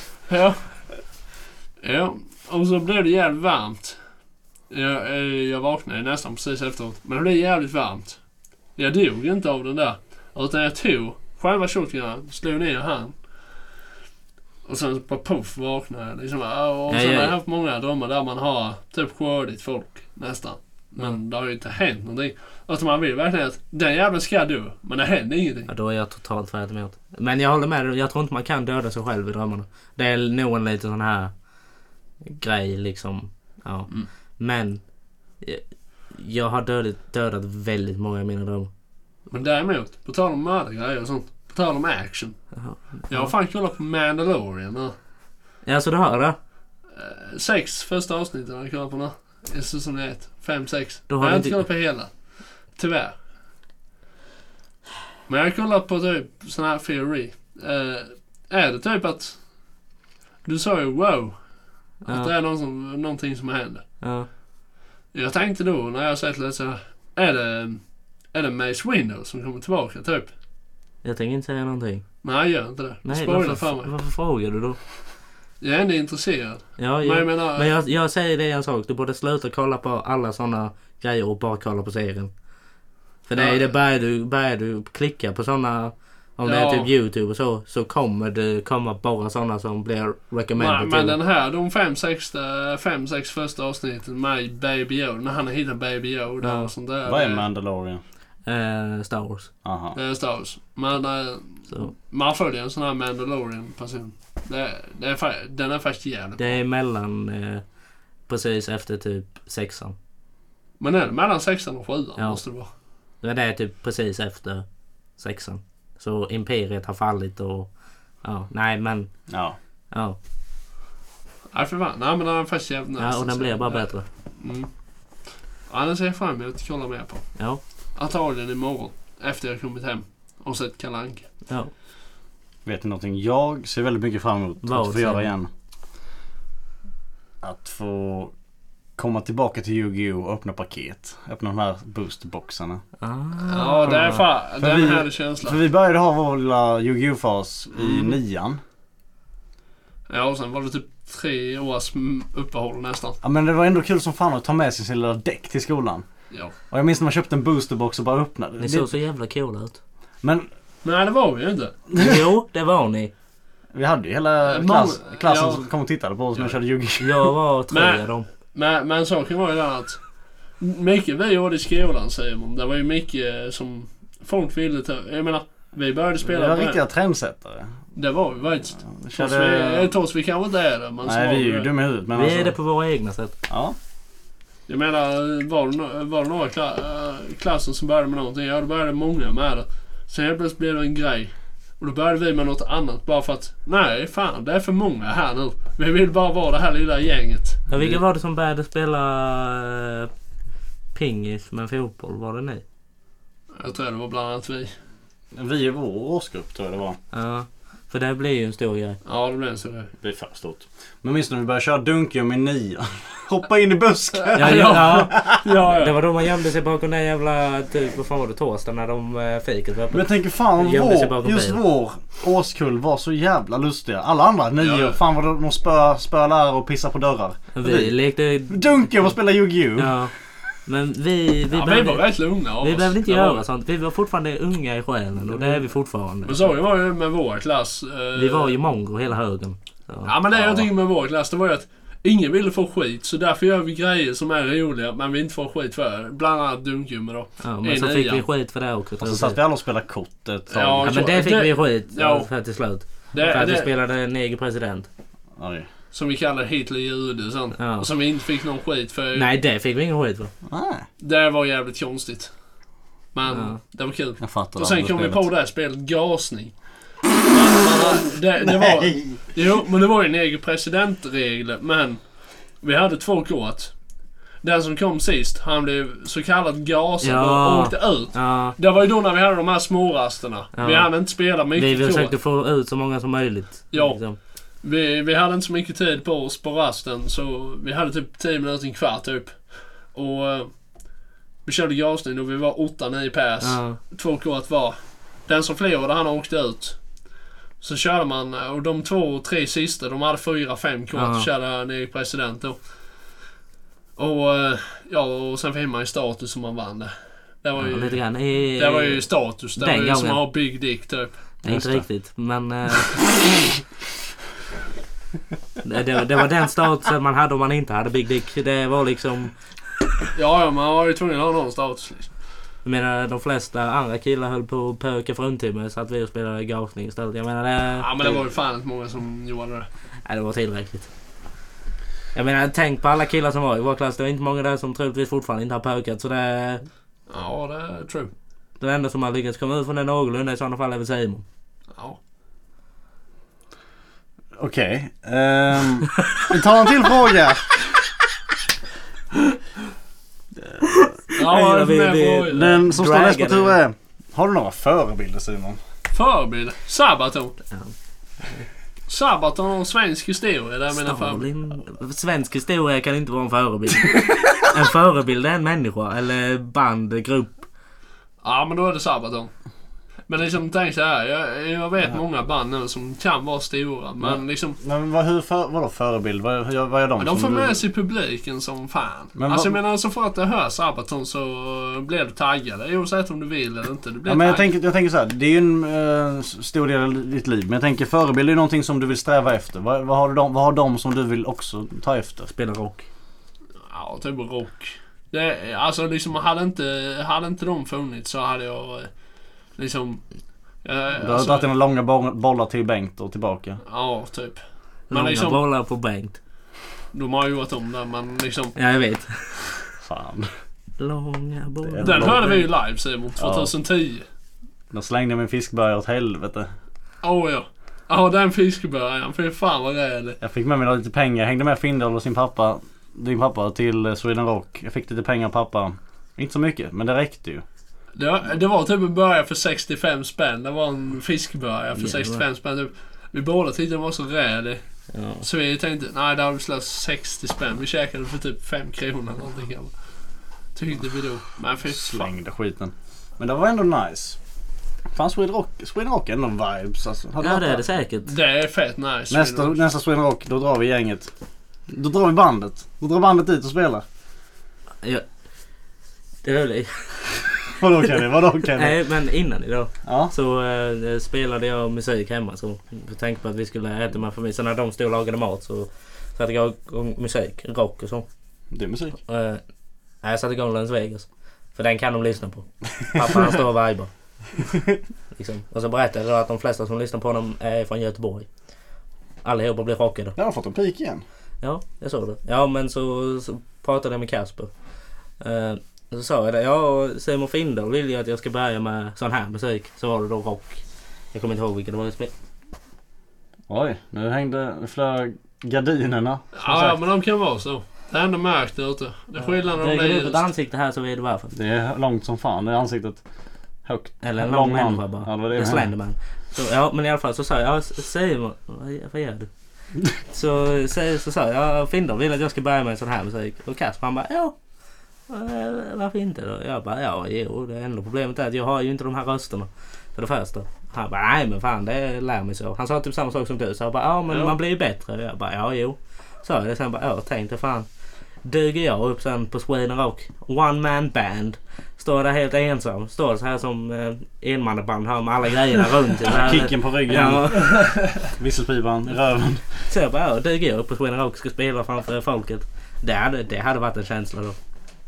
Ja. Och så blev det jävligt varmt. Jag vaknade nästan precis efteråt. Men det blev jävligt varmt. Jag dog inte av den där. Utan jag tog själva shotgunen, slog ner han. Och sen bara puff vaknade jag. Liksom, och sen har jag haft många drömmar där man har typ skördigt folk nästan. Men det har ju inte hänt någonting. Och man vill verkligen att den jävla ska dö. Men det händer ingenting. Ja, då är jag totalt färdig emot. Men jag håller med. Jag tror inte man kan döda sig själv i drömmarna. Det är nog en liten sån här grej liksom. Ja. Men jag har dödat väldigt många i mina drömmar. Men däremot, på tal om mördargrejer och sånt. På tal om action. Jag har fan kollat på Mandalorian. Ja, så du har det? 6 första avsnitten har jag kollat på nu. I säsong 1. 5-6. Jag har inte kollat på hela. Tyvärr. Men jag har kollat på typ sån här theory. Är det typ att du sa ju wow. Att det är någonting som händer. Ja. Jag tänkte då när jag sett lite så här. Är det Mace Windu som kommer tillbaka typ? Jag tänker inte säga någonting. Nej, jag gör inte det. Nej, varför frågar du då? Jag är ändå intresserad. Ja. Men jag säger det en sak. Du borde sluta kolla på alla såna grejer och bara kolla på serien. För det börjar du klicka på såna. Om det är typ YouTube och så kommer det komma bara såna som blir recommended. Men den här, de 5-6 första avsnitten med Baby Yoda, när han hittar Baby Yoda och sånt där. Vad är Mandalorian? Star Wars. Aha. Det är Star Wars. Men man följer en sån här Mandalorian-person. Den är faktiskt jävligt. Det är mellan precis efter typ 6:an. Men är det mellan 6:an och 7:an måste det vara. Det är typ precis efter 6:an. Så imperiet har fallit och nej men Nej för fan. Nej men den är faktiskt jävligt nästan. Ja, och den blir bara bättre. Ja, den ser jag fram emot att kolla mer på. Ja. Antagligen imorgon efter jag kommit hem och sett Kalle Anka. Ja. Vet ni någonting? Jag ser väldigt mycket fram emot att få göra igen. Att få komma tillbaka till Yu-Gi-Oh och öppna paket. Öppna de här boosterboxarna. Ja, det är fan. Den här känslan. För vi började ha vår lilla Yu-Gi-Oh-fas i 9:an. Ja, och sen var det typ 3 års uppehåll nästan. Ja, men det var ändå kul som fan att ta med sin lilla däck till skolan. Ja. Och jag minns när man köpte en boosterbox och bara öppnade. Ni såg så jävla cool ut. Men nej, det var vi ju inte. Jo, det var ni. Vi hade ju hela klassen som kom och tittade på oss när vi körde Yu-Gi-Oh. Jag var 3 av dem. Men saken var ju den att mycket vi gjorde i skolan, säger man. Det var ju mycket som folk ville ta. Jag menar, vi började spela. Det var riktiga trendsättare. Det var vi faktiskt. Trots vi kanske inte är det. Men nej, vi är ju dumma i huvudet. Men vi är det på våra egna sätt. Ja. Jag menar, var det några klassen som började med någonting? Ja, då började många med det. Sen helt plötsligt blev det en grej. Och då började vi med något annat bara för att nej fan, det är för många här nu. Vi vill bara vara det här lilla gänget. Ja, vilka var det som började spela pingis med fotboll? Var det ni? Jag tror det var bland annat vi. Vi är vår årsgrupp tror jag det var. Ja, för det blir ju en stor grej. Ja, det blir en stor grej. Det blir för stort. Men minns när vi började köra Dunkium i 9. Hoppa in i busken. Ja. Det var då man gömde sig bakom den jävla, typ, vad fan var det, torsdag när de fiket var uppe. Men jag tänker fan, vår årskull var så jävla lustiga. Alla andra, 9, fan vad de spöar lärare och pissar på dörrar. Vi lekte... Dunken och spela Yu-Gi-Oh! Ja. Men vi var rätt lugna av oss. Vi behövde inte göra sånt. Vi var fortfarande unga i själen och det är vi fortfarande. Men så var ju med vår klass. Vi var ju mongo hela högen. Så. Ja, men det jag tycker med vår klass, det var ju att ingen ville få skit. Så därför gör vi grejer som är roliga men vi inte får skit för. Bland annat dunkjummer då. Ja, men så fick vi skit för det också. Och så satt vi alla och spelade kortet. Ja, men det fick vi skit för till slut. För att vi spelade negerpresident. Oj. Som vi kallar Hitler jude sånt. Ja. Och som vi inte fick någon skit för. Nej, det fick vi ingen skit för. Det var jävligt konstigt. Men det var kul. Och sen kom vi på det här spelet gasning. Men det var ju en egen presidentregel. Men vi hade 2 kort. Den som kom sist, han blev så kallad gasad och åkte ut. Ja. Det var ju då när vi hade de här smårasterna. Vi hade inte spelat mycket. Vi försökte få ut så många som möjligt. Ja. Liksom. Vi hade inte så mycket tid på oss på rasten. Så vi hade typ 10 minuter, en kvart typ. Och vi körde gasning och vi var 8-9 pers. 2 kort var. Den som förlorade, han åkte ut. Så körde man, och de 2-3 sista, de hade 4-5 kort. Körde ner i president då. Och sen fick man ju status som man vann det. Det var ju, lite grann det var ju status. Det var ju som att ha big dick typ. Inte riktigt, men det var den statusen man hade om man inte hade big dick. Det var liksom... Ja, man var ju tvungen att ha någon status liksom. Jag menar, de flesta andra killar höll på att pöka fruntimmer så att vi spelade gasning istället. Jag menar det... Ja, men det var ju fan inte många som gjorde det. Nej, det var tillräckligt. Jag menar, tänk på alla killar som var i vår klass. Det var inte många där som troligtvis fortfarande inte har pökat. Så det... Ja, det är true. Det enda som har lyckats komma ut från den någorlunda i sådana fall är väl Simon. Ja. Okej. Vi tar en till fråga. Den som står näst på tur är... Har du några förebilder, Simon? Förebilder? Sabaton. Sabaton och svensk historia, där mina förebilder. Svensk historia kan inte vara en förebild. En förebild är en människa eller band, grupp. Ja, men då är det Sabaton. Men liksom, tänk så här, jag vet många band nu som kan vara stora, men liksom... Men vadå förebild? Vad gör de? De får med sig publiken som fan. Men alltså jag menar, så för att det hör Sabaton så blir du taggad. Oavsett om du vill eller inte, du blir men jag tänker så här, det är ju en stor del av ditt liv. Men jag tänker, förebild är ju någonting som du vill sträva efter. Vad har de som du vill också ta efter? Spela rock. Ja, typ rock. Alltså liksom, hade inte de funnits så hade jag... Liksom... du har dragit dina långa bollar till Bengt och tillbaka. Ja, typ. Men långa liksom, bollar på Bengt. De har ju gjort om det, men liksom... Ja, jag vet. Fan. Långa bollar. Den hörde vi ju live, Simon, 2010. Då slängde jag min fiskbörjare åt helvete. Ja. Ja, den fiskbörjaren. För fan vad rädd. Jag fick med mig lite pengar. Jag hängde med Findel och din pappa till Sweden Rock. Jag fick lite pengar av pappa. Inte så mycket, men det räckte ju. Det var typ en börja för 65 spänn. Det var en fiskbörja för 65 spänn. Typ. Vi båda tyckte den var så rädd. Ja. Så vi tänkte, nej, där har vi slösat 60 spänn. Vi käkade för typ 5 kronor eller någonting. Tyckte vi då. Men slängde skiten. Men det var ändå nice. Fan, Sweden Rock är ändå vibes. Alltså. Ja, det är det säkert. Det är fett nice. Nästa Sweden Rock, då drar vi gänget. Då drar vi bandet. Då drar bandet dit och spelar. Ja. Det är väl... Vadå kan det? Nej, men innan idag så spelade jag musik hemma. Så jag tänkte på att vi skulle äta med familj. Så när de stod och lagade mat så satte jag igång musik, rock och så. Det är musik? Jag satte igång Las Vegas. För den kan de lyssna på. Pappa han står och vibar. Liksom. Och så berättade jag att de flesta som lyssnar på dem är från Göteborg. Allihopa blir chockade. Jag har fått en pik igen. Ja, jag såg det. Ja, men så pratade jag med Kasper. Så sa jag det. Ja, Simon Findel vill ju att jag ska börja med sån här musik. Så var det då rock. Jag kommer inte ihåg vilken det var i spel. Oj, nu hängde flera gardinerna. Ja, men de kan vara så. Det är ändå mörkt ute. Det är skillnad om det är just. Ett ansikte här så vet du varför. Det är långt som fan. Det är ansiktet högt. Eller en lång människa bara. Ja, det Slenderman. Så, ja, men i alla fall så sa jag, Simon, vad gör du? Så sa jag, Findor vill att jag ska börja med sån här musik. Och Kasper han bara, ja. Varför inte då? Jag bara, det enda problemet är att jag har ju inte de här rösterna. För det första. Han bara, nej men fan det lär mig så. Han sa typ samma sak som du. Så jag bara, men man blir ju bättre. Jag bara, Så jag sen bara, tänkte fan. Duger jag upp sen på Sweden Rock. One man band. Står där helt ensam. Står så här som enmannaband har med alla grejerna runt. Kicken på ryggen. Ja. Visselpipan i röven. Så jag bara, duger jag upp på Sweden Rock och ska spela framför folket. Det hade varit en känsla då.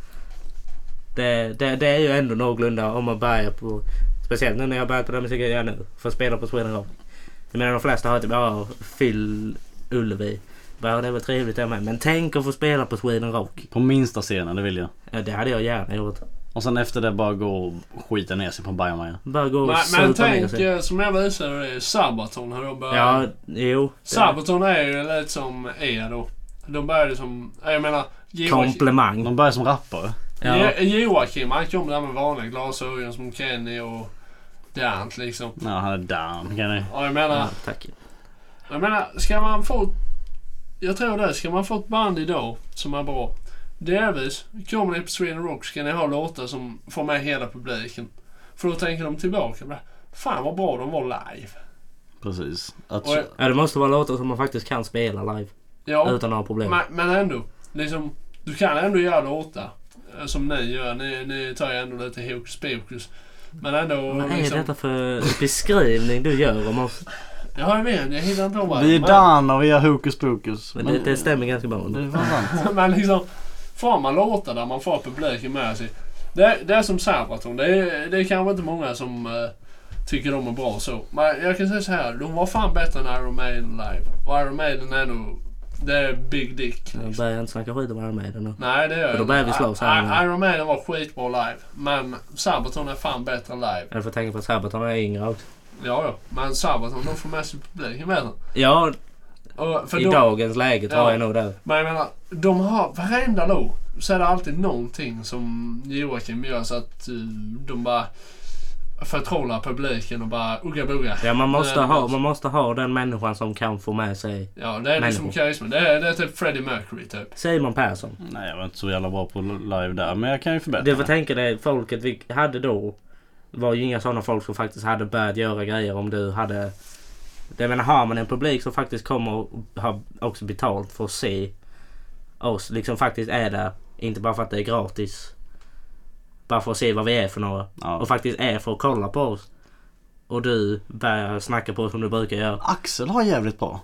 Det är ju ändå någorlunda om man börjar på, speciellt nu när jag börjar på den musiken jag gör nu, för att spela på Sweden Rock. Jag menar de flesta har typ Phil Ullevi. Bara det var trevligt det med. Men tänk att få spela på Sweden Rock. På minsta scenen, det vill jag. Ja, det hade jag gärna gjort. Och sen efter det bara gå och skita ner sig på Bajamaja. Bara gå och men tänk som jag visade Sabaton hur de började. Ja, jo. Sabaton är ju lite som då. De började som, jag menar komplimang. De började som rappare. Ja. Joakim, han kom där med vanliga glasögon som Kenny och Dant liksom. Ja, han är down, Kenny. Och jag menar, tack. Jag menar, ska man få ett band idag som är bra, delvis kommer ni på Sweden Rock ska ni ha låtar som får med hela publiken. För då tänker de tillbaka, fan vad bra de var live. Precis. Det måste vara låtar som man faktiskt kan spela live. Ja, utan några problem. Men ändå, liksom, du kan ändå göra låtar som ni gör. Ni tar ju ändå lite hokus pokus. Men ändå... Vad är detta för beskrivning du gör om oss? Ja, jag vet. Jag hittar inte vad. Vi är Dan och vi har hokus pokus. Men det stämmer ganska bra. Det var sant. Men liksom, får man låtar där man får publiken med sig. Det är som Sabaton. Det är kanske inte många som tycker de är bra så. Men jag kan säga så här. De var fan bättre än Iron Maiden live. Och Iron Maiden är nog... Det är Big Dick. Liksom. Jag börjar inte snacka skit om Iron Maiden nu. Nej, det gör jag. Då börjar vi slåss här. Iron Maiden var skitbra live. Men Sabaton är fan bättre live. Jag får tänka på att Sabaton är yngre också. Ja. Men Sabaton, de får med sig publiken med den. Ja, för i dagens läge tror jag nog det. Men jag menar, de har varenda låt så är det alltid någonting som Joakim gör så att de bara förtrollar publiken och bara ugga-bugga. Ja, man måste ha den människan som kan få med sig. Ja, det är liksom karisma. Det är typ Freddie Mercury typ. Simon Persson. Nej, jag var inte så jävla bra på live där, men jag kan ju förbättra. Du får tänka dig, folket vi hade då var ju inga sådana folk som faktiskt hade börjat göra grejer om du hade... Jag menar, har man en publik som faktiskt kommer och har också betalt för att se oss, liksom faktiskt är där, inte bara för att det är gratis, bara för att se vad vi är för några, och faktiskt är för att kolla på oss, och du börjar snacka på oss som du brukar göra. Axel har jävligt bra.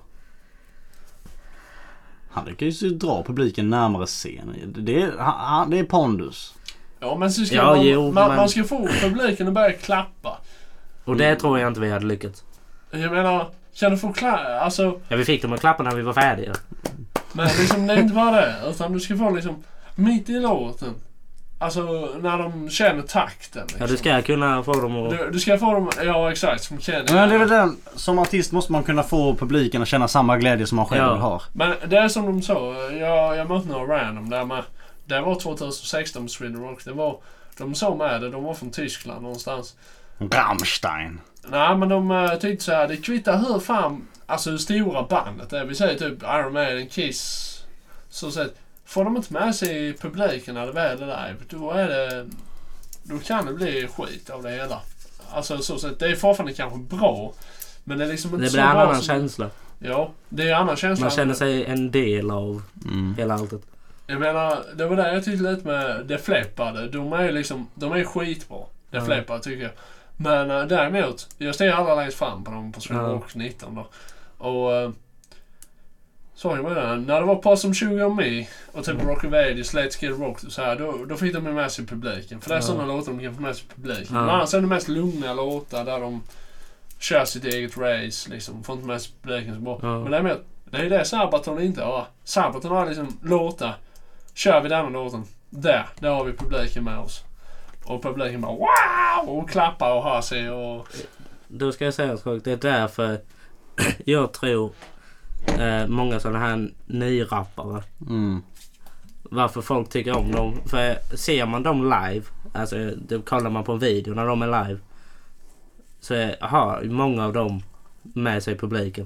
Han lyckas ju dra publiken närmare scenen. Det är pondus. Ja, men så ska man ska få publiken att börja klappa. Och det tror jag inte vi hade lyckats. Jag menar, kan du få alltså... Ja, vi fick dem att klappa när vi var färdiga. Men liksom, det är inte bara det. Utan du ska få liksom mitt i låten. Alltså, när de känner takten. Liksom. Ja, du ska kunna få dem att... Du ska få dem, ja exakt, som Kenny. Men det är väl den, som artist måste man kunna få publiken att känna samma glädje som man själv har. Men det är som de sa, jag mötte några random där med. Det var 2016 med Sweden Rock. De sa med det, de var från Tyskland någonstans. Rammstein. Nej, men de tyckte så här, det kvittar hur fan, alltså hur stora bandet är. Vi säger typ Iron Maiden, Kiss. Så sett, får de inte med sig publiken när det väl är live, då kan det bli skit av det hela. Alltså så sett, det är fortfarande kanske bra, men det är liksom inte det så blir en bra annan som... känsla. Ja, det är en annan känsla. Man känner sig en del av hela alltet. Jag menar, det var det jag tyckte lite med det fläppade. De är skitbra. Det fläppade tycker jag. Men däremot, jag steg alla längst fram på dem på Sweden Rock 19 då. Och sorry med det. När det var par som 20 om mig och typ Rock of Ages, Let's Get Rock så här, då fick de med sig publiken. För det är sådana låtar de kan få med sig publiken. Men annars är det mest lugna låtar där de kör sitt eget race liksom. Får inte med sig publiken så bra. Men däremot, det är det Sabaton inte har. Sabaton har liksom låtar. Kör vi denna låten. Där har vi publiken med oss. Och publiken bara wow! Och klappar och har sig och... Då ska jag säga så, det är därför jag tror många sådana här nyrappare. Varför folk tycker om dem. För ser man dem live, alltså då kollar man på en video när de är live, så har många av dem med sig publiken.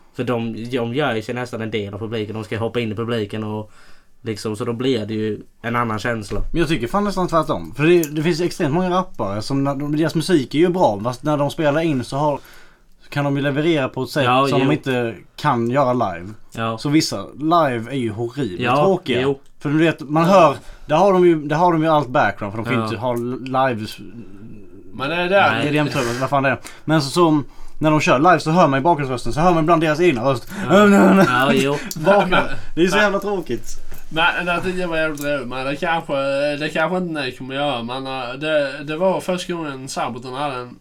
För de gör ju sig nästan en del av publiken. De ska hoppa in i publiken och liksom, så då blir det ju en annan känsla. Men jag tycker fan nästan tvärtom. För det finns extremt många rappare som deras musik är ju bra. Fast när de spelar in så kan de ju leverera på ett sätt som de inte kan göra live. Ja. Så vissa live är ju horribelt tråkiga. Jo. För du vet, man hör, där har de ju allt background. För de får inte ha live. Men det är där. Det är vad fan det är. Men så när de kör live så hör man i bakgrundsrösten, så hör man ibland deras egna röst. Ja, jo. Det är så jävla tråkigt. Men det tyckte jag var jävligt roligt. Men det kanske inte ni kommer göra. Men det var första gången Sabaton hade en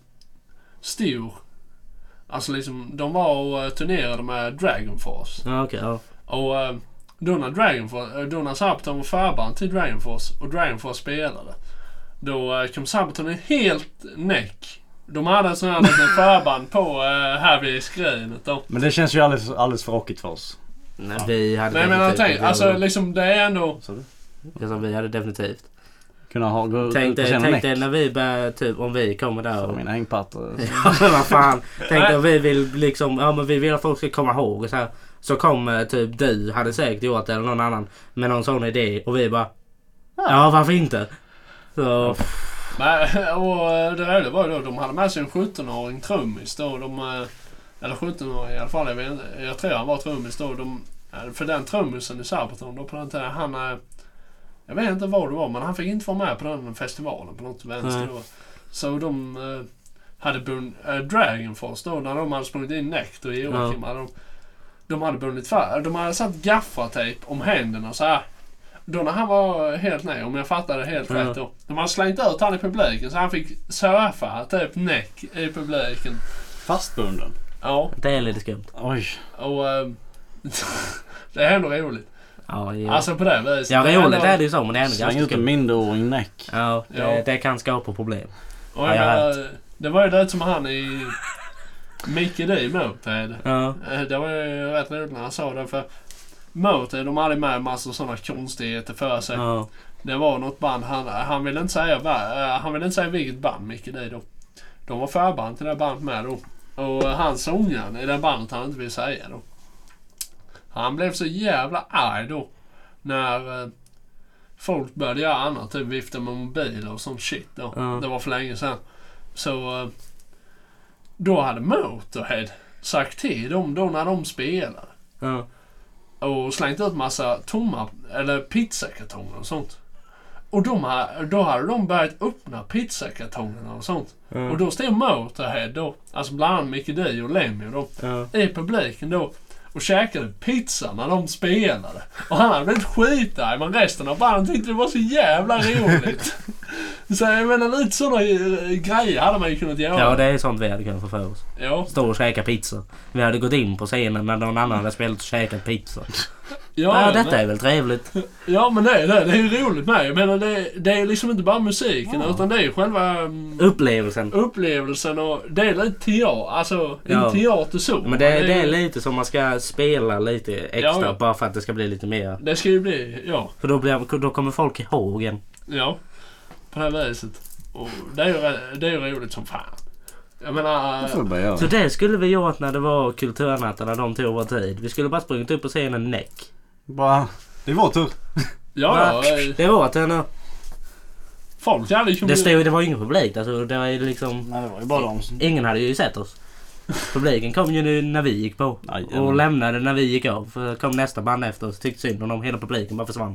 stor. Alltså liksom, de var och turnerade med Dragon Force. Ja, okej, ja. Och då när Sabaton var förband till Dragon Force och Dragon Force spelade, då kom Sabaton helt näck. De hade sån här liten förband på här vid skrinet då. Men det känns ju alldeles för rockigt för oss. Nej, vi hade definitivt. Alltså liksom det är ändå... Vi hade definitivt. Tänk dig när vi börjar, typ, om vi kommer där och... mina hängpattor. Ja, vad fan. Tänk dig, vi vill liksom, men vi vill att folk ska komma ihåg och så här. Så kom typ du, hade säkert gjort det, eller någon annan med någon sån idé och vi bara, ja varför inte? Så... Men, och det roliga var ju då, de hade med sig en 17-åring trummis då, eller 17-åring i alla fall, jag tror han var trummis då, för den trummisen i Sabaton då på den tiden, jag vet inte vad det var, men han fick inte vara med på den festivalen på något vänster då. Så de hade Dragon Force då, när de hade sprungit in Nekt och Joakim, de hade bundit färg, de hade satt gaffatejp om händerna så här. Då när han var helt ner, om jag fattade helt rätt då. De hade slängt ut han i publiken så han fick surfa typ näck i publiken. Fastbunden? Ja. Det är lite skumt. Oj. Och det är ändå roligt. Ja, ja. Alltså på det viset. Ja, roligt är det ju så, men det är ändå ganska skumt. Släng ut en mindreårig näck. Ja, det kan skapa problem. Och det var ju det som han i Mickey D Moped. Ja. Det var ju rätt roligt när han sa det, för Moped, de hade med massor sådana konstigheter för sig. Ja. Det var något band, han ville inte säga vilket band Mickey D då. De var förband till det bandet med då. Och han sångaren i det bandet han inte vill säga då. Han blev så jävla arg då när folk började göra annat, typ vifta med mobiler och sånt shit då. Det var för länge sedan. Så då hade Motorhead sagt till dem då när de spelade. Och slängt ut massa tomma eller pizzakartonger och sånt. Och då hade de börjat öppna pizzakartongerna och sånt. Och då stod Motorhead då, alltså bland annat Mickey D och Lemmy då, i publiken då och käkade pizza när de spelade. Och han hade blivit skitarg, men resten av bandet tyckte det var så jävla roligt. Så jag menar, lite sådana grejer hade man ju kunnat göra. Ja, det är sånt vi hade kunnat få för oss. Ja. Stå och käka pizza. Vi hade gått in på scenen när någon annan hade spelat och käkat pizza. Ja, detta är väl trevligt. Ja, men det är ju roligt med. Jag menar, det är liksom inte bara musiken utan det är ju själva upplevelsen och det är lite teater, alltså en teater så. Men det är lite som man ska spela lite extra bara för att det ska bli lite mer. Det ska ju bli, För då kommer folk ihåg en. Ja, på det här viset. Och det är ju roligt som fan. Jag menar... Så det skulle vi gjort när det var kulturnatten, när de tog vår tid. Vi skulle bara sprungit upp och se en näck. Det var tur. Ja, det var tur nu. Folk hade ju... Det var ingen publik. Alltså, det var ju liksom... Nej, det var ju bara de som... Ingen hade ju sett oss. Publiken kom ju nu när vi gick på. Och lämnade när vi gick av. För kom nästa band efter oss. Tyckte synd om hela publiken bara försvann.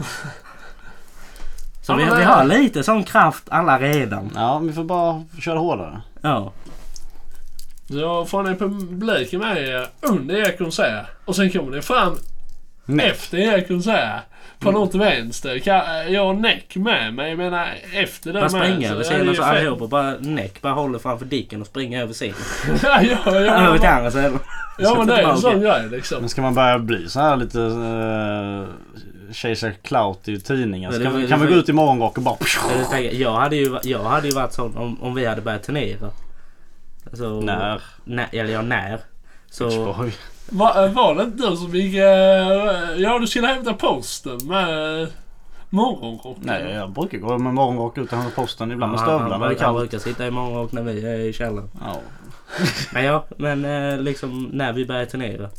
Så vi har lite sån kraft alla redan. Ja, vi får bara köra hårdare. Ja. Så får ni publiken med under er konsert. Och sen kommer ni fram efter er konsert. På något vänster. Jag har näck med mig. Jag menar efter det. Man springer över scenen så allihopa bara näck. Bara håller framför dicken och springer över scenen. Ja. Över till andra sidan. Ja, men det är en sån grej liksom. Men ska man börja bli så här lite... Kejsar Clout i tidningen. Så kan vi gå ut i morgonrock och bara... Jag hade ju varit sån om vi hade börjat turnera. Så, när. Så... Var det inte du som gick... du skulle hämta posten med morgonrock? Nej, jag brukar gå med morgonrock utan posten ibland med stövlarna. Han brukar sitta i morgonrock när vi är i källaren. Ja. Men liksom när vi börjar turnera.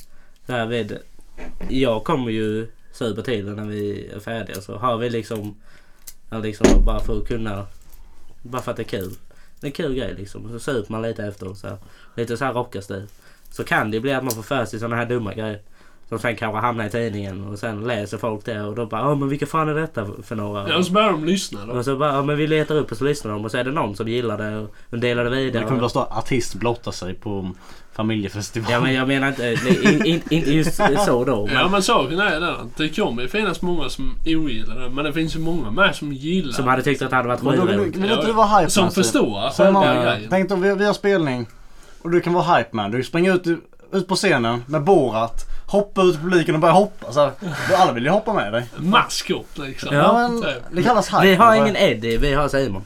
Jag kommer ju super tiden när vi är färdiga. Så har vi liksom bara för att kunna. Bara för att det är kul. Det är en kul grej liksom. Så super man lite efter. Så här, lite så här rockarstil. Så kan det bli att man får för sig såna här dumma grejer. Som sen kanske hamnar i tidningen och sen läser folk det och då bara men vilka fan är detta för några? Ja, och så börjar de lyssna då. Och så bara men vi letar upp och så lyssnar de och så är det någon som gillar det och delar det vidare. Det kommer att stå artist blotta sig på familjefestival. Ja men jag menar inte just så då. Men... Ja men saken är det. Det kommer ju finnas många som ogillar det men det finns ju många med som gillar. Som hade tyckt att det hade varit roligt. Vill inte du vara hype? Som förstår själva grejen. Tänk om vi har spelning och du kan vara hype man. Du springer ut på scenen med Borat. Hoppa ut i publiken och börja hoppa. Så alla vill ju hoppa med dig. Maskot liksom. Ja, men det kallas hype. Vi har ingen Eddie, vi har Simon.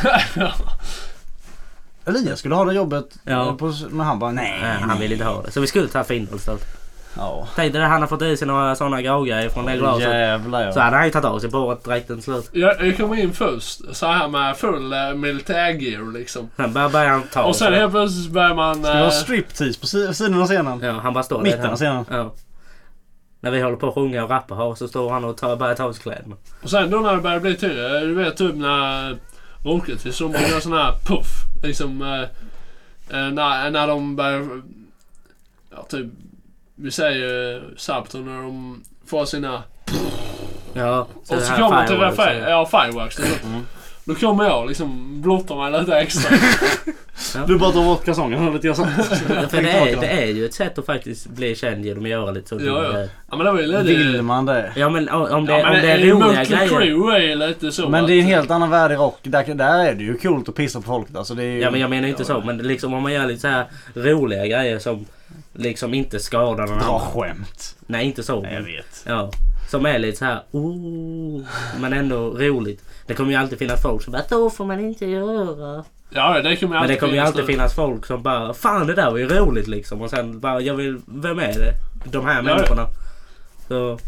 Elias skulle ha det jobbet. Ja. Men han bara nej. Han vill inte ha det. Så vi skulle ta Findolstad. Ja. Tänkte han har fått i sig några sådana grejer från det glaset. Jävlar, så hade han ju tagit av sig på att dräkten slut. Jag kommer in först så här med full militärgear liksom. Sen börjar han ta och sen helt plötsligt börjar man... Ska det vara striptease på sidan av scenen? Ja, han bara står mitten av scenen. Ja. När vi håller på att sjunga och rappa här så står han och börjar ta av sig kläderna. Och sen då när det börjar bli tydligt, du vet typ när Rocket så man gör sån här puff liksom när de börjar typ vi säger Sabton när de får sina ja, och så kommer till fireworks då kommer jag liksom blottar mig lite extra. Ja. Du bara drar bort kalsongen lite sånt. För det är ju ett sätt att faktiskt bli känd genom att göra lite så. Ja men det var ju lite... Vill man det? Ja men om det är roliga grejer. Är lite så men det är en helt annan värld i rock. Där är det ju coolt att pissa på folk. Alltså det är ju... Ja men jag menar inte så. Men liksom om man gör lite så här roliga grejer som liksom inte skadar någon annan. Skämt. Nej inte så. Nej, jag vet. Ja. Som är lite så här men ändå roligt. Det kommer ju alltid finnas folk som bara då får man inte göra. Ja, det kommer ju alltid. Men det kommer ju alltid finnas folk som bara fan det där var ju roligt liksom och sen bara jag vill vem är det? De här människorna. Så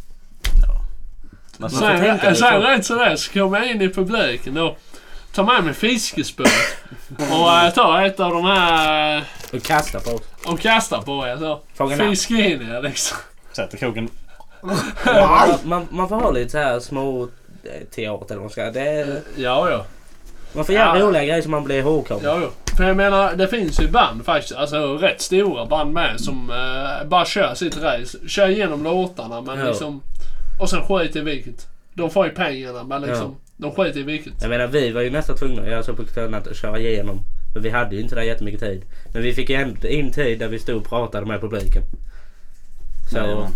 ja. Sen rätt så där så kommer jag in i publiken då. Ta med mig fiskespö och ta ett av de här och kasta på oss. Och kasta på er så. Fisk in er liksom. Sätter kroken. man får ha lite så här små teater eller vad ska det. Ja. Man får göra roliga grejer som man blir ihågkommen. Ja. För jag menar, det finns ju band faktiskt, alltså rätt stora band med som bara kör sitt race. Kör igenom låtarna men liksom... Och sen skit i vilket. De får ju pengarna men liksom... De skiter i vilket. Jag menar, vi var ju nästan tvungna att göra så på kvällen att köra igenom. För vi hade ju inte där jättemycket tid. Men vi fick ändå in tid där vi stod och pratade med publiken. Så...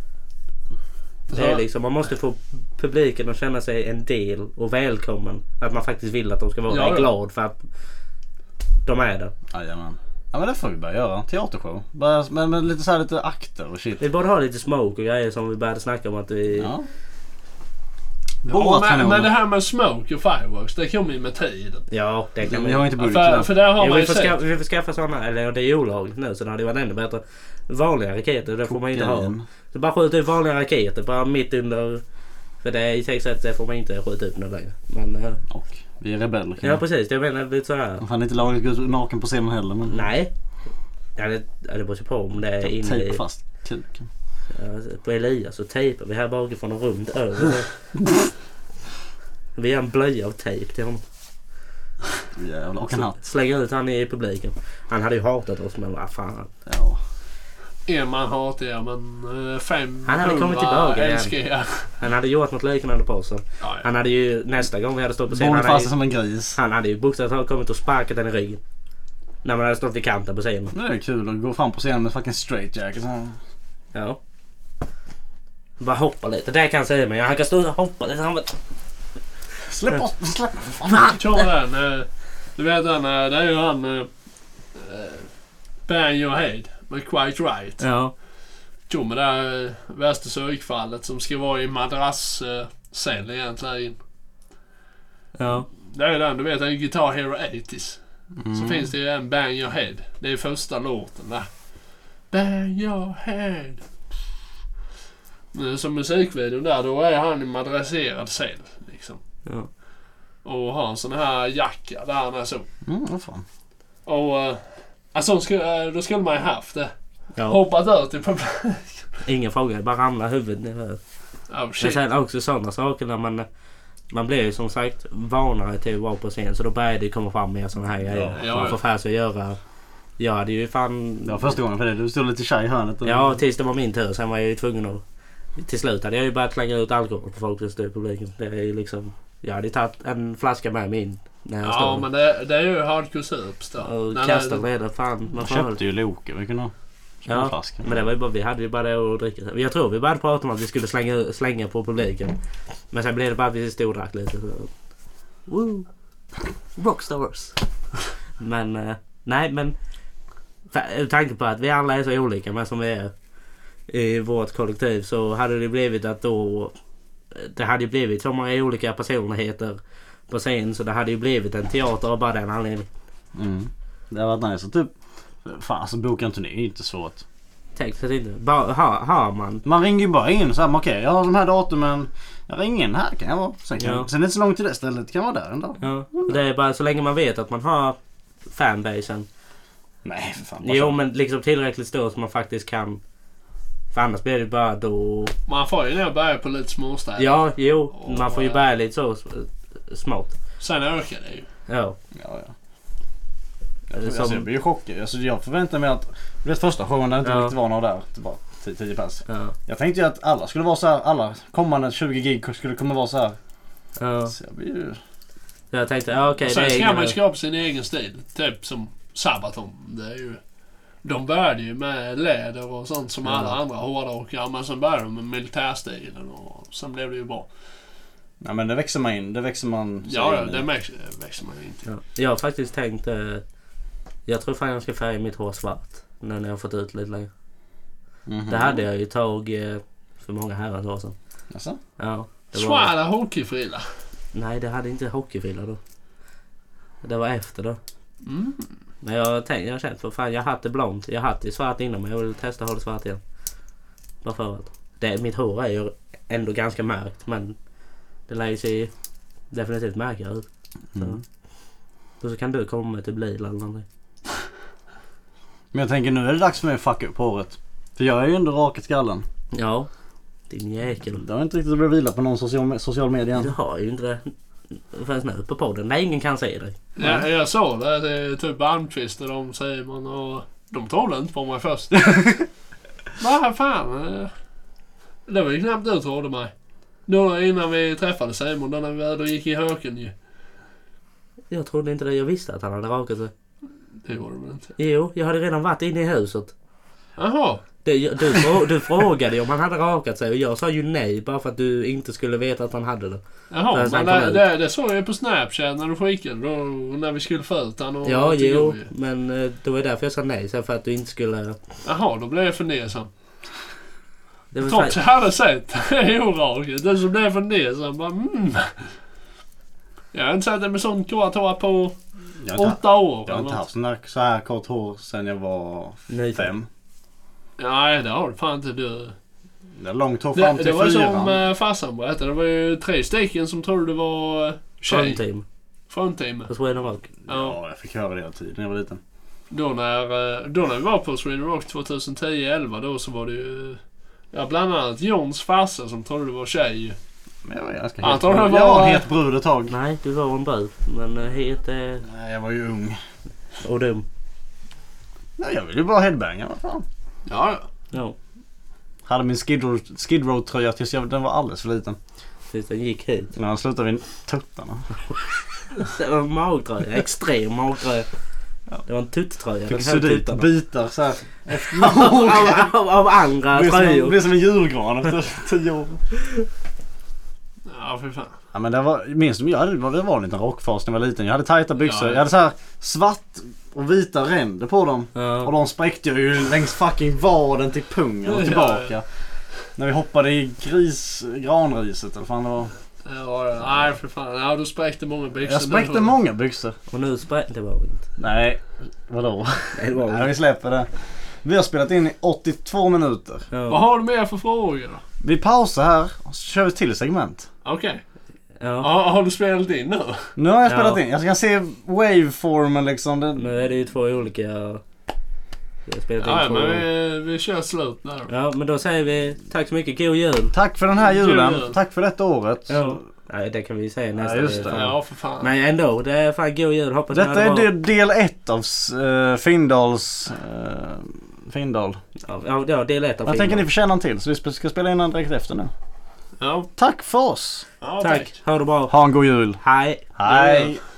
Det är liksom, man måste få publiken att känna sig en del och välkommen. Att man faktiskt vill att de ska vara glad för att de är där. Jajamän. Ja men det får vi börja göra. Teatershow. Med lite så här lite akter och shit. Vi borde ha lite smoke och grejer som vi började snacka om att vi... Ja. Men det här med smoke och fireworks, det kommer ju med tiden. Ja, det kan vi har inte budget för där har man ju sett. Vi får skaffa sådana, eller det är olagligt nu så det hade varit ännu bättre. Vanliga raketer, det får man inte ha. Så bara skjuta ut vanliga raketer, bara mitt under. För det är i textet det får man inte skjuta ut nu längre. Men, och vi är rebeller. Ja precis, jag menar lite så här. Man kan inte laga ut naken på scenen heller. Men... Nej. Ja, det beror på om det är inne i... Tejpa fast kuken. Ja, på Elias så tejpar vi här bakifrån och runt över. Vi har en blöja av tejp till honom. Jävlar, och en hatt. Slänger ut han i publiken. Han hade ju hatat oss men vad fan. Ja. En man hatar jag men 500 han hade kommit tillbaka igen. Han hade gjort något liknande på sig. Ja. Han hade ju nästa gång vi hade stått på scenen. Han fast som en gris. Han hade ju bokstavligt kommit och sparkat den i ryggen. När man hade stått vid kanten på scenen. Det är kul att gå fram på scenen med fucking straight jacket. Ja. Bara hoppa lite. Det kan jag säga men han kan stå och hoppa lite. Han bara... Släpp oss. Kör den. Du vet den. Det är ju han. Bang your head. Med Quite Right. Ja. Kör med det där värsta sökfallet som ska vara i madrasscell egentligen. Ja. Det är den. Du vet en Guitar Hero 80s. Så finns det ju en Bang your head. Det är första låten där. Bang your head. Som musikvideon där, då är han i madrasserad cell liksom. Ja. Och har en sån här jacka där han är så. Vad fan. Och Alltså då skulle man ju haft det. Ja. Hoppat ut i publiken. Ingen fråga, bara ramla huvudet ner. Oh, Men shit. sen också sådana saker när man blir ju som sagt vanare till att vara på scen. Så då börjar det komma fram mer sådana här grejer. Ja. Man får för sig att göra. Jag hade ju fan... Det var första gången för det. Du stod lite tjej i hörnet. Ja, tills det var min tur. Sen var jag ju tvungen att... Till slut hade jag ju börjat slänga ut alkohol på folk som stod i publiken. Det är ju liksom... Jag hade tagit en flaska med mig in när jag stod. Ja, men det är ju hardcore soups då. Och kastade redan fan. Man köpte ju Loke. Vi kunde köpa en flaska. Men det var ju bara, vi hade ju bara det att dricka. Jag tror vi började prata om att vi skulle slänga på publiken. Men sen blev det bara att vi stod och drack lite. Så. Woo! Rockstars! Men nej, men tanke på att vi alla är så olika men som vi är i vårt kollektiv, så hade det blivit att då det hade blivit så många olika personligheter på scen, så det hade ju blivit en teater av bara den anledningen. Det har varit nice. Så typ fan, alltså boka en turné är inte svårt. Tekniskt inte. Bara har man. Man ringer ju bara in så här, okej, jag har de här datumen. Jag ringer in här kan jag vara. Sen är det inte så långt till det stället, kan vara där en dag. Ja, det är bara så länge man vet att man har fanbasen. Nej, för fan. Jo, men liksom tillräckligt stor så man faktiskt kan. För annars blir det bara då... Man får ju nog börja på lite småstäder. Ja, jo. Man får ju börja lite så smått. Sen ökar det ju. Ja. Ja. Jag blir ju chockad. Alltså, jag förväntar mig att det är första showen där inte riktigt var några där. Det var 10 pass. Ja. Jag tänkte ju att alla skulle vara så här. Alla kommande 20 gig skulle komma vara så här. Ja. Så jag blir ju... Jag tänkte, okej. Sen ska man ju skapa sin egen stil. Typ som Sabaton. Det är ju... De började ju med läder och sånt som alla andra hårdrockare. Men sen började de med militärstilen och sen blev det ju bra. Ja, men det växer man in. Det växer man... Ja, det växer man in till. Ja. Jag har faktiskt tänkt... jag tror fan jag ska färga mitt hår svart. När jag har fått ut lite längre. Det hade jag ju tagit för många herrans år sedan. Alltså? Ja. Svarta hockeyfrilla. Nej, det hade inte hockeyfrilla då. Det var efter då. Men jag har känt för fan, jag har haft det blont. Jag har haft det svart innan, men jag vill testa att ha det svart igen. Bara för att mitt hår är ju ändå ganska märkt, men det lär ju se definitivt märkare ut. Så kan du komma till Blil eller någonting. Men jag tänker nu är det dags för mig att fucka upp håret. För jag är ju ändå rakat skallen. Ja, din jäkel. Det har inte riktigt blivit vila på någon social media än. Du har ju inte det. Förrän nu på podden. Nej, ingen kan se dig. Ja, jag såg det. Det är typ Almqvist och de säger man och de trodde inte på mig först. Vad fan? Det var ju knappt du trodde mig. Då innan vi träffade Simon, då gick i höken ju. Jag trodde inte det. Jag visste att han hade rakat sig. Det gjorde du inte. Jo, jag hade redan varit inne i huset. Jaha. Du frågade om han hade rakat sig och jag sa ju nej bara för att du inte skulle veta att han hade det. Jaha, men det såg jag på Snapchat när du skickade då, när vi skulle få ut han och... Ja, jo, men det var därför jag sa nej, så för att du inte skulle... Jaha, då blev jag fundersam. Trots jag hade sett det är oraket. Den som blev fundersam bara Jag har inte sett det med sånt kort hår på 8 år. Jag har inte haft så här kort hår sedan jag var 5. Nej, det har du fan inte du. Det är långt hår fram till 4. Det var som farsan berättade. Det var ju 3 stycken som trodde det var tjej. Frontteam. På Sweden Rock. Ja, jag fick höra det hela tiden när jag var liten. Då när vi var på Sweden Rock 2010-11 då så var det ju bland annat Jons farsa som trodde det var tjej. Men jag var ganska jag var het brud ett tag. Nej, du var en brud. Men het... Nej, jag var ju ung. Och dum. Nej, jag ville ju bara headbanga, vad fan. Ja. Hade min Skid Row-tröja tills den var alldeles för liten. Tills den gick hit. När han slutade vid tuttarna. Det var en magtröja, extrem magtröja. Det var en tuttröja. Fick så dit bitar så här. av andra tröjor. Det blev som en julgran efter 10 år. Ja, för fan. Ja, men det var minst det var en liten rockfas när jag var liten. Jag hade tajta byxor. Jag hade så här svart och vita ränder på dem. Och de spräckte jag ju längs fucking vaden till pungen och tillbaka. När vi hoppade i granriset eller fan det var. Nej för fan. Ja, du spräckte många byxor. Jag spräckte många byxor. Och nu spräckte det var inte. Nej, vadå? Nej, det var inte. Nej, vi släpper det. Vi har spelat in i 82 minuter. Ja. Vad har du mer för frågor då? Vi pausar här och så kör vi till segment. Okej. Ja. Har du spelat in nu? Nu har jag spelat in. Jag kan se waveformen liksom. Nu är det ju 2 olika Vi har spelat Ja, in men vi kör slut där. Ja, men då säger vi tack så mycket. God jul. Tack för den här julen. Tack för detta året. Ja. Nej, det kan vi säga nästa. Just det. Ja, för fan. Men ändå, det är fan god jul. Hoppas detta är del 1 av Findal. Ja, del 1 av Jag tänker ni förtjänar en till, så vi ska spela in den direkt efter nu. Ja. Tack för oss. Ja, tack. Ha det bra. Ha en god jul. Hej. Hej.